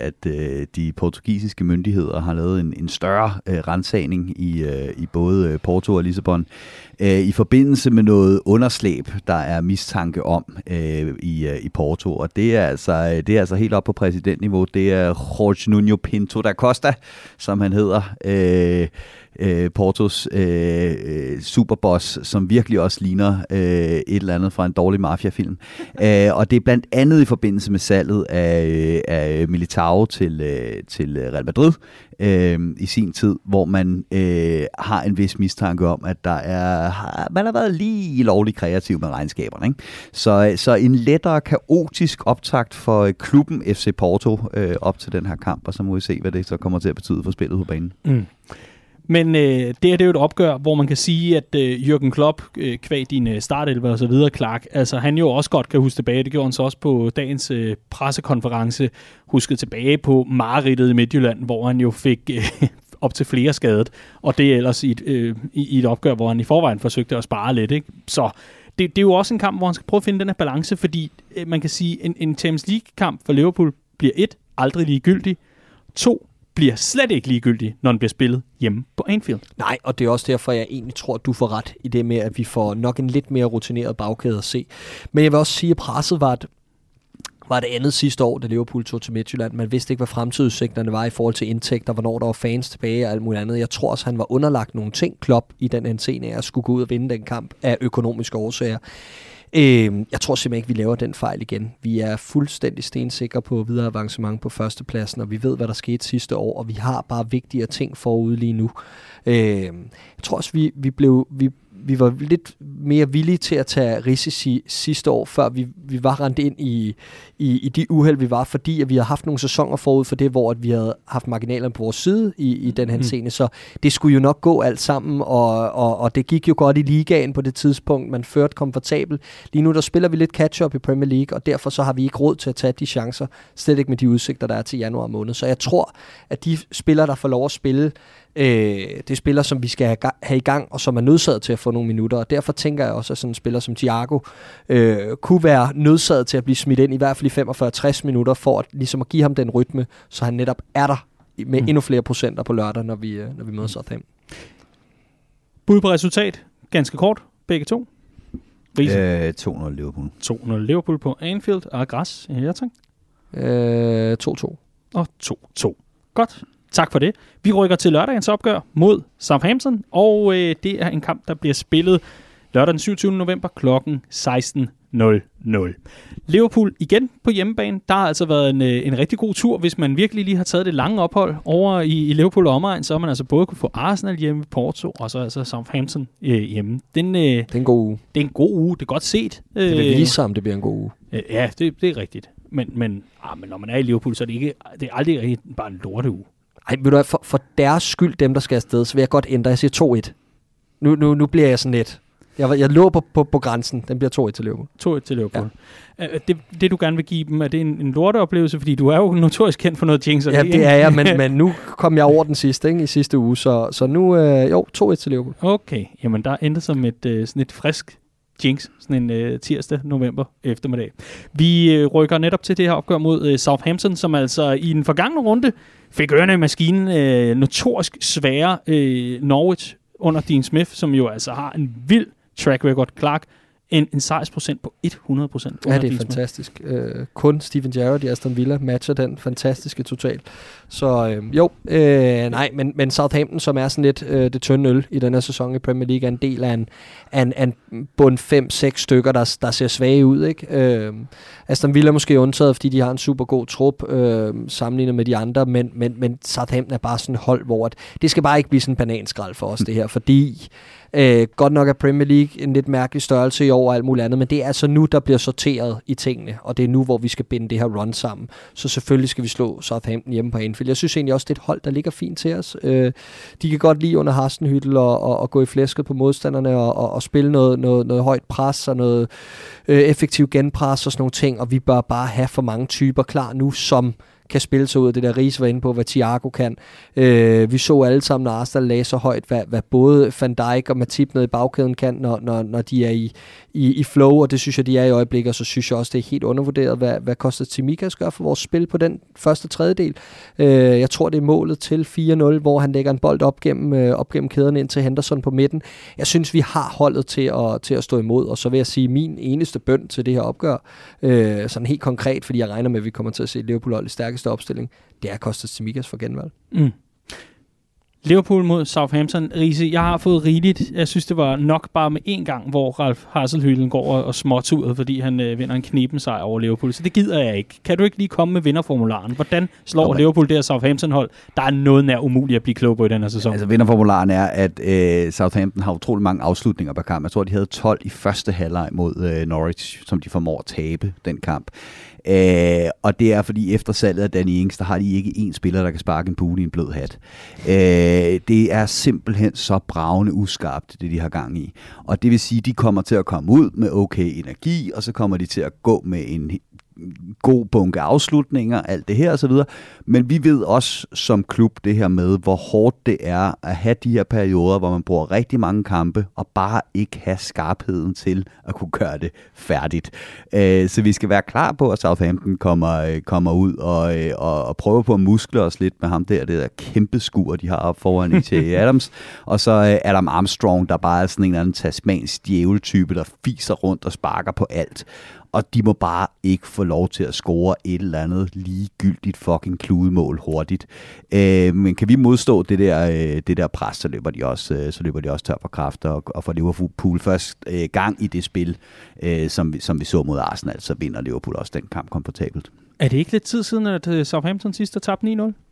de portugisiske myndigheder har lavet en større ransagning i både Porto og Lissabon i forbindelse med noget underslæb, der er mistanke om i Porto. Og det er altså helt op på præsidentniveau. Det er Jorge Nuno Pinto da Costa, som han hedder. Portos superboss, som virkelig også ligner et eller andet fra en dårlig mafiafilm. Og det er blandt andet i forbindelse med salget af Militao til Real Madrid i sin tid, hvor man har en vis mistanke om, at man har været lige lovligt kreativ med regnskaberne. Ikke? Så en lettere kaotisk optakt for klubben FC Porto op til den her kamp, og så må vi se, hvad det så kommer til at betyde for spillet på banen. Men det er jo et opgør, hvor man kan sige, at Jürgen Klopp, kvæg dine startelver og så videre, Clark, altså han jo også godt kan huske tilbage, det gjorde han så også på dagens pressekonference, husket tilbage på mareridtet i Midtjylland, hvor han jo fik op til flere skadet, og det er ellers i et opgør, hvor han i forvejen forsøgte at spare lidt, ikke? Så det er jo også en kamp, hvor han skal prøve at finde den her balance, fordi man kan sige, en Champions League-kamp for Liverpool bliver 1, aldrig ligegyldig, 2, bliver slet ikke ligegyldig, når den bliver spillet hjemme på Anfield. Nej, og det er også derfor, jeg egentlig tror, at du får ret i det med, at vi får nok en lidt mere rutineret bagkæde at se. Men jeg vil også sige, at presset var det andet sidste år, da Liverpool tog til Midtjylland. Man vidste ikke, hvad fremtidsudsigterne var i forhold til indtægter, hvornår der var fans tilbage og alt muligt andet. Jeg tror også, han var underlagt nogle ting, Klopp, i den henseende af at skulle gå ud og vinde den kamp af økonomiske årsager. Jeg tror simpelthen ikke, vi laver den fejl igen. Vi er fuldstændig stensikre på videre avancement på førstepladsen, og vi ved, hvad der skete sidste år, og vi har bare vigtigere ting forude lige nu. Jeg tror også, vi var lidt mere villige til at tage risici sidste år, før vi var rendt ind i de uheld, vi var, fordi at vi har haft nogle sæsoner forud for det, hvor vi havde haft marginalerne på vores side i den her scene. Så det skulle jo nok gå alt sammen, og det gik jo godt i ligaen på det tidspunkt. Man førte komfortabelt. Lige nu der spiller vi lidt catch-up i Premier League, og derfor så har vi ikke råd til at tage de chancer, slet ikke med de udsigter, der er til januar måned. Så jeg tror, at de spillere, der får lov at spille, det er spillere, som vi skal have i gang, og som er nødsaget til at få nogle minutter, og derfor tænker jeg også, at sådan en spiller som Thiago kunne være nødsaget til at blive smidt ind i hvert fald i 45-60 minutter, for at, ligesom at give ham den rytme, så han netop er der med endnu flere procenter på lørdag, når vi møder Southampton. Bud på resultat, ganske kort, begge to. 2-0 Liverpool. 2-0 Liverpool på Anfield og græs i Hertha. 2-2. Og 2-2. Godt. Tak for det. Vi rykker til lørdagens opgør mod Southampton, og det er en kamp, der bliver spillet lørdag den 27. november kl. 16:00. Liverpool igen på hjemmebane. Der har altså været en rigtig god tur. Hvis man virkelig lige har taget det lange ophold over i Liverpool og omegn, så har man altså både kunne få Arsenal hjemme, Porto og så altså Southampton hjemme. Det er en god uge. Det er en god uge. Det er godt set. Det vil vise sig, om det bliver en god uge. Ja, det er rigtigt. Men når man er i Liverpool, så er det aldrig bare en lorteuge. Ej, ved du hvad, for deres skyld, dem der skal afsted, så vil jeg godt ændre. Jeg siger 2-1. Nu bliver jeg sådan lidt. Jeg lå på grænsen. Den bliver 2-1 til Liverpool. 2-1 til Liverpool. Ja. Det du gerne vil give dem, er det en lorteoplevelse? Fordi du er jo notorisk kendt for noget jinx. Ja, det er jeg, men nu kom jeg over den sidste, ikke, i sidste uge. Så nu, 2-1 til Liverpool. Okay, jamen der endte som sådan et frisk jinx, sådan en tirsdag november eftermiddag. Vi rykker netop til det her opgør mod Southampton, som altså i den forgangne runde fik ørerne i maskinen notorisk svære Norwich under Dean Smith, som jo altså har en vild track record. Clark, en sejrsprocent på 100%. Ja, det er fantastisk. Kun Steven Gerrard i Aston Villa matcher den fantastiske total. Så men Southampton, som er sådan lidt det tynde øl i den her sæson i Premier League, er en del af en bund 5-6 stykker, der ser svage ud, ikke? Aston Villa måske undtaget, fordi de har en super god trup sammenlignet med de andre, men Southampton er bare sådan et hold, hvor det skal bare ikke blive sådan en bananskrald for os, det her, fordi godt nok er Premier League en lidt mærkelig størrelse i år og alt muligt andet, men det er altså nu, der bliver sorteret i tingene, og det er nu, hvor vi skal binde det her run sammen. Så selvfølgelig skal vi slå Southampton hjemme på Anfield. Jeg synes egentlig også, det er et hold, der ligger fint til os. De kan godt lide under Hasenhüttl og gå i flæsket på modstanderne og spille noget højt pres og noget effektiv genpres og sådan nogle ting, og vi bør bare have for mange typer klar nu, som kan spille sig ud af det der. Riis var inde på, hvad Thiago kan. Vi så alle sammen, når Arsenal lagde så højt, hvad både Van Dijk og Matip nede i bagkæden kan, når de er i flow, og det synes jeg, de er i øjeblikket, og så synes jeg også, det er helt undervurderet, hvad Kostas Tsimikas gør for vores spil på den første tredjedel. Jeg tror, det er målet til 4-0, hvor han lægger en bold op gennem kæderne ind til Henderson på midten. Jeg synes, vi har holdet til at stå imod, og så vil jeg sige, min eneste bøn til det her opgør, sådan helt konkret, fordi jeg regner med, at vi kommer til at se Liverpool i stærkeste opstilling, det er Kostas Tsimikas for genvalg. Liverpool mod Southampton. Riese, jeg har fået rigeligt. Jeg synes, det var nok bare med én gang, hvor Ralf Hasenhüttl går og småtuder, fordi han vinder en knepen sejr over Liverpool. Så det gider jeg ikke. Kan du ikke lige komme med vinderformularen? Hvordan slår Liverpool det her Southampton-hold? Der er noget nær umuligt at blive klog på i den her sæson. Altså, vinderformularen er, at Southampton har utrolig mange afslutninger per kamp. Jeg tror, de havde 12 i første halvleg mod Norwich, som de formår at tabe den kamp. Og det er fordi efter salget af Danny Ings, der har de ikke én spiller, der kan sparke en pude i en blød hat. Det er simpelthen så bravende uskarpt, det de har gang i. Og det vil sige, de kommer til at komme ud med okay energi, og så kommer de til at gå med en god bunke afslutninger, alt det her og så videre. Men vi ved også som klub det her med, hvor hårdt det er at have de her perioder, hvor man bruger rigtig mange kampe, og bare ikke have skarpheden til at kunne gøre det færdigt. Så vi skal være klar på, at Southampton kommer ud og prøver på at muskle os lidt med ham der, det der kæmpe skur, de har op foran E.J. Adams. Og så Adam Armstrong, der bare er sådan en eller anden tasmansk djæveltype, der fiser rundt og sparker på alt. og de må bare ikke få lov til at score et eller andet ligegyldigt fucking kludemål hurtigt. Men kan vi modstå det der pres, så løber de også tør for kræfter, og får Liverpool først gang i det spil, som vi så mod Arsenal, så vinder Liverpool også den kamp komfortabelt. Er det ikke lidt tid siden, at Southampton sidst har tabt 9-0?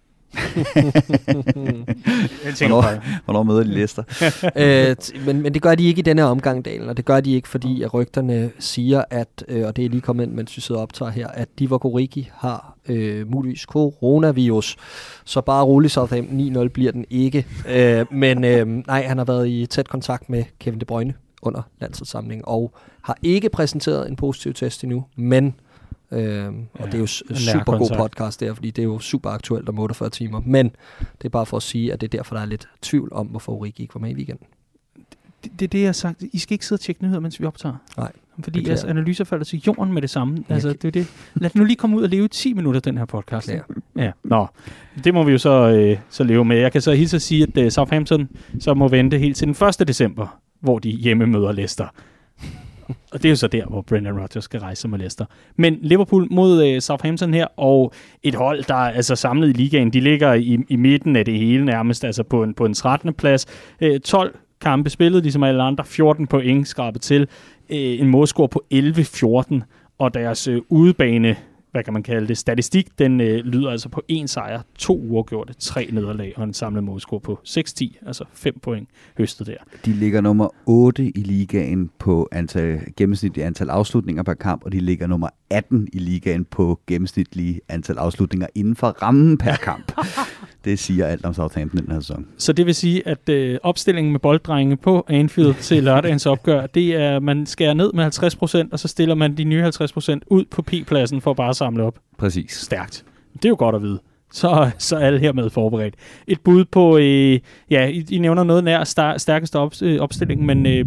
Hvornår møder de Leicester? Men det gør de ikke i denne omgang, Dalen, og det gør de ikke, fordi at rygterne siger, at, og det er lige kommet ind, mens vi sidder og optager her, at Divock Origi har muligvis coronavirus, så bare rolig Southampton 9-0 bliver den ikke. Nej, han har været i tæt kontakt med Kevin De Bruyne under landsholdssamlingen, og har ikke præsenteret en positiv test endnu, men og det er jo super god podcast der, fordi det er jo super aktuelt om 48 timer, men det er bare for at sige, at det er derfor, der er lidt tvivl om, hvorfor Origi ikke var med i weekenden. Det er det, jeg har sagt. I skal ikke sidde og tjekke nyheder, mens vi optager. Nej. Fordi jeres analyser falder til jorden med det samme. Altså, det er det. Lad nu lige komme ud og leve 10 minutter, den her podcast. Ja. Nå, det må vi jo så leve med. Jeg kan så hilse at sige, at Southampton så må vente helt til den 1. december, hvor de hjemme møder Leicester. Og det er jo så der, hvor Brendan Rodgers skal rejse med Leicester. Men Liverpool mod Southampton her, og et hold, der er altså samlet i ligaen, de ligger i midten af det hele nærmest, altså på en 13. plads. 12 kampe spillet, ligesom alle andre, 14 point skrabet til, en målscore på 11-14, og deres udebane, hvad kan man kalde det, statistik, den lyder altså på 1 sejr, 2 uafgjorte, 3 nederlag og en samlet målscore på 6-10, altså 5 point høstet der. De ligger nummer 8 i ligaen på gennemsnitlige antal afslutninger per kamp, og de ligger nummer 18 i ligaen på gennemsnitlige antal afslutninger inden for rammen per kamp. Det siger alt om Southampton den her sæson. Så det vil sige, at opstillingen med bolddrenge på Anfield til lørdagens opgør, det er, man skærer ned med 50%, og så stiller man de nye 50% ud på P-pladsen for bare at samle op. Præcis. Stærkt. Det er jo godt at vide. Så er alle hermed forberedt. Et bud på, I nævner noget nær stærkeste opstilling, men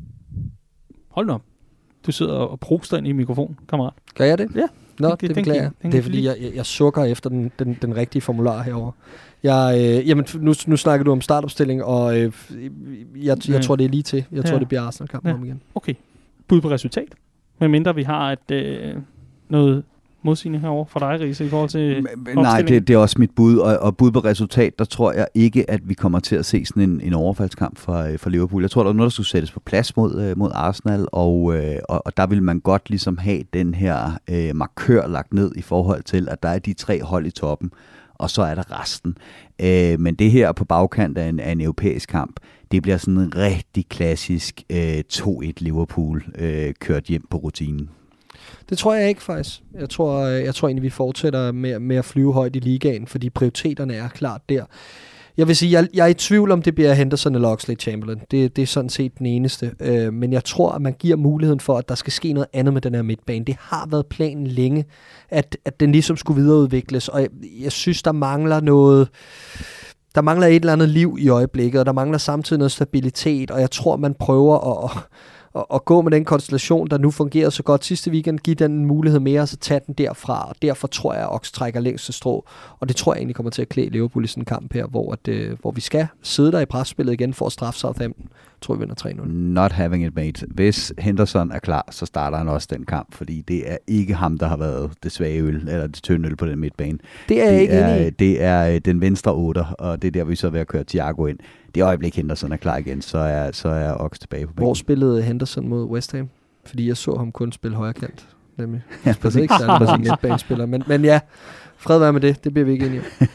hold nu op. Du sidder og proster ind i mikrofonen, kammerat. Gør jeg det? Ja. Nå, det beklager jeg. Det er fordi, jeg sukker efter den rigtige formular herovre. Jamen, nu snakker du om startopstilling, og jeg tror, det er lige til. Jeg tror, det bliver Arsenal-kampen om igen. Okay. Bud på resultat? Medmindre vi har noget modsigende herovre fra dig, Riese, i forhold til nej, det er også mit bud, og bud på resultat, der tror jeg ikke, at vi kommer til at se sådan en overfaldskamp for Liverpool. Jeg tror, der er noget, der skulle sættes på plads mod Arsenal, og der vil man godt ligesom have den her markør lagt ned i forhold til, at der er de 3 hold i toppen, og så er der resten. Men det her på bagkant af en europæisk kamp, det bliver sådan en rigtig klassisk 2-1 Liverpool kørt hjem på rutinen. Det tror jeg ikke, faktisk. Jeg tror egentlig, vi fortsætter med at flyve højt i ligaen, fordi prioriteterne er klart der. Jeg vil sige, jeg er i tvivl om, det bliver Henderson eller Oxlade-Chamberlain. Det er sådan set den eneste. Men jeg tror, at man giver muligheden for, at der skal ske noget andet med den her midtbane. Det har været planen længe, at den ligesom skulle videreudvikles, og jeg synes, der mangler noget. Der mangler et eller andet liv i øjeblikket, og der mangler samtidig noget stabilitet, og jeg tror, man prøver at gå med den konstellation, der nu fungerede så godt sidste weekend, give den en mulighed mere, og så tage den derfra, og derfor tror jeg, at Ox trækker længst til strå, og det tror jeg egentlig kommer til at klæde Liverpool i sådan en kamp her, hvor vi skal sidde der i presspillet igen for at straffe Southampton. Jeg tror, vi vinder 3-0. Not having it, mate. Hvis Henderson er klar, så starter han også den kamp, fordi det er ikke ham, der har været det svage øl, eller det tynde øl på den midtbane. Det er jeg ikke enig i. Det er den venstre 8, og det er der, vi så er ved at køre Thiago ind. Det øjeblik, Henderson er klar igen, så er Ox tilbage på banen. Hvor spillede Henderson mod West Ham? Fordi jeg så ham kun spille højre kant. Nemlig. Han spillede ikke særlig som midtbanespiller. Men ja, fred være med det. Det bliver vi ikke enige om.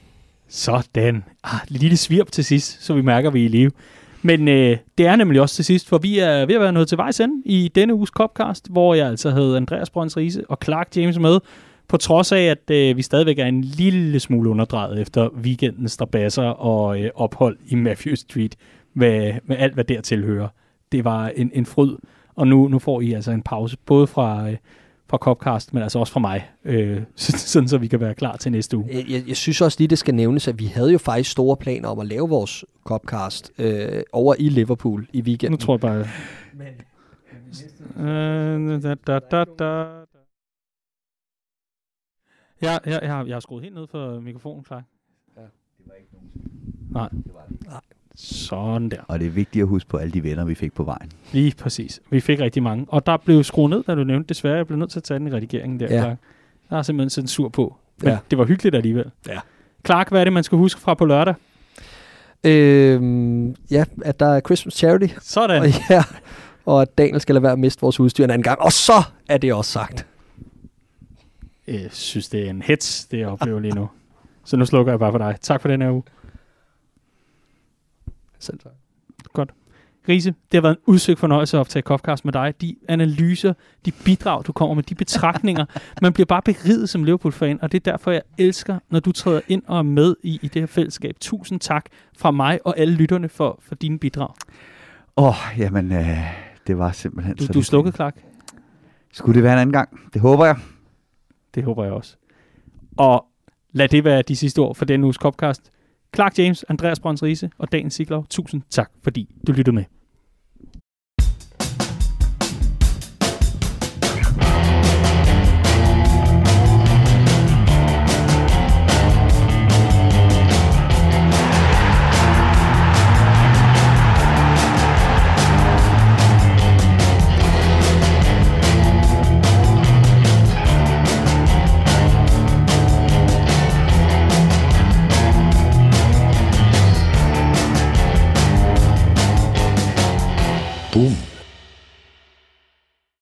Sådan. Lille svirp til sidst, så vi mærker, vi er i live. Men det er nemlig også til sidst, for vi er ved at være nået til vejs ende i denne uges Copcast, hvor jeg altså havde Andreas Brøns Riise og Clark James med, på trods af, at vi stadigvæk er en lille smule underdrejet efter weekendens strabasser og ophold i Matthew Street, med alt, hvad dertil hører. Det var en fryd, og nu får I altså en pause, både fra Copcast, men altså også fra mig, sådan så vi kan være klar til næste uge. Jeg synes også lige, det skal nævnes, at vi havde jo faktisk store planer om at lave vores Copcast over i Liverpool i weekenden. Nu tror jeg bare... Jeg har skruet helt ned for mikrofonen, klar. Ja, det var ikke nogen. Nej. Det var det. Nej. Sådan der. Og det er vigtigt at huske på alle de venner, vi fik på vejen. Lige præcis. Vi fik rigtig mange. Og der blev skruet ned, da du nævnte. Desværre, jeg blev nødt til at tage den i redigeringen der. Ja. Clark. Der er simpelthen censur på. Men Ja. det var hyggeligt alligevel. Ja. Clark, hvad er det, man skal huske fra på lørdag? Ja, at der er Christmas Charity. Sådan. Og, ja, og at Daniel skal lade være at miste vores udstyr en anden gang. Og så er det også sagt. Jeg synes, det er en hets, det jeg oplever lige nu. Så nu slukker jeg bare for dig. Tak for den her uge. Selv tak. Godt. Riese, det har været en udsøgt fornøjelse at optage Kofcast med dig. De analyser, de bidrag, du kommer med, de betragtninger. Man bliver bare beriget som Liverpool-fan, og det er derfor, jeg elsker, når du træder ind og er med i det her fællesskab. Tusind tak fra mig og alle lytterne for dine bidrag. Jamen, det var simpelthen... Du er slukket, Clark. Skulle det være en anden gang? Det håber jeg. Det håber jeg også. Og lad det være de sidste ord for denne uges Kofcast. Clark James, Andreas Brøns Riise og Daniel Siglov. Tusind tak, fordi du lyttede med.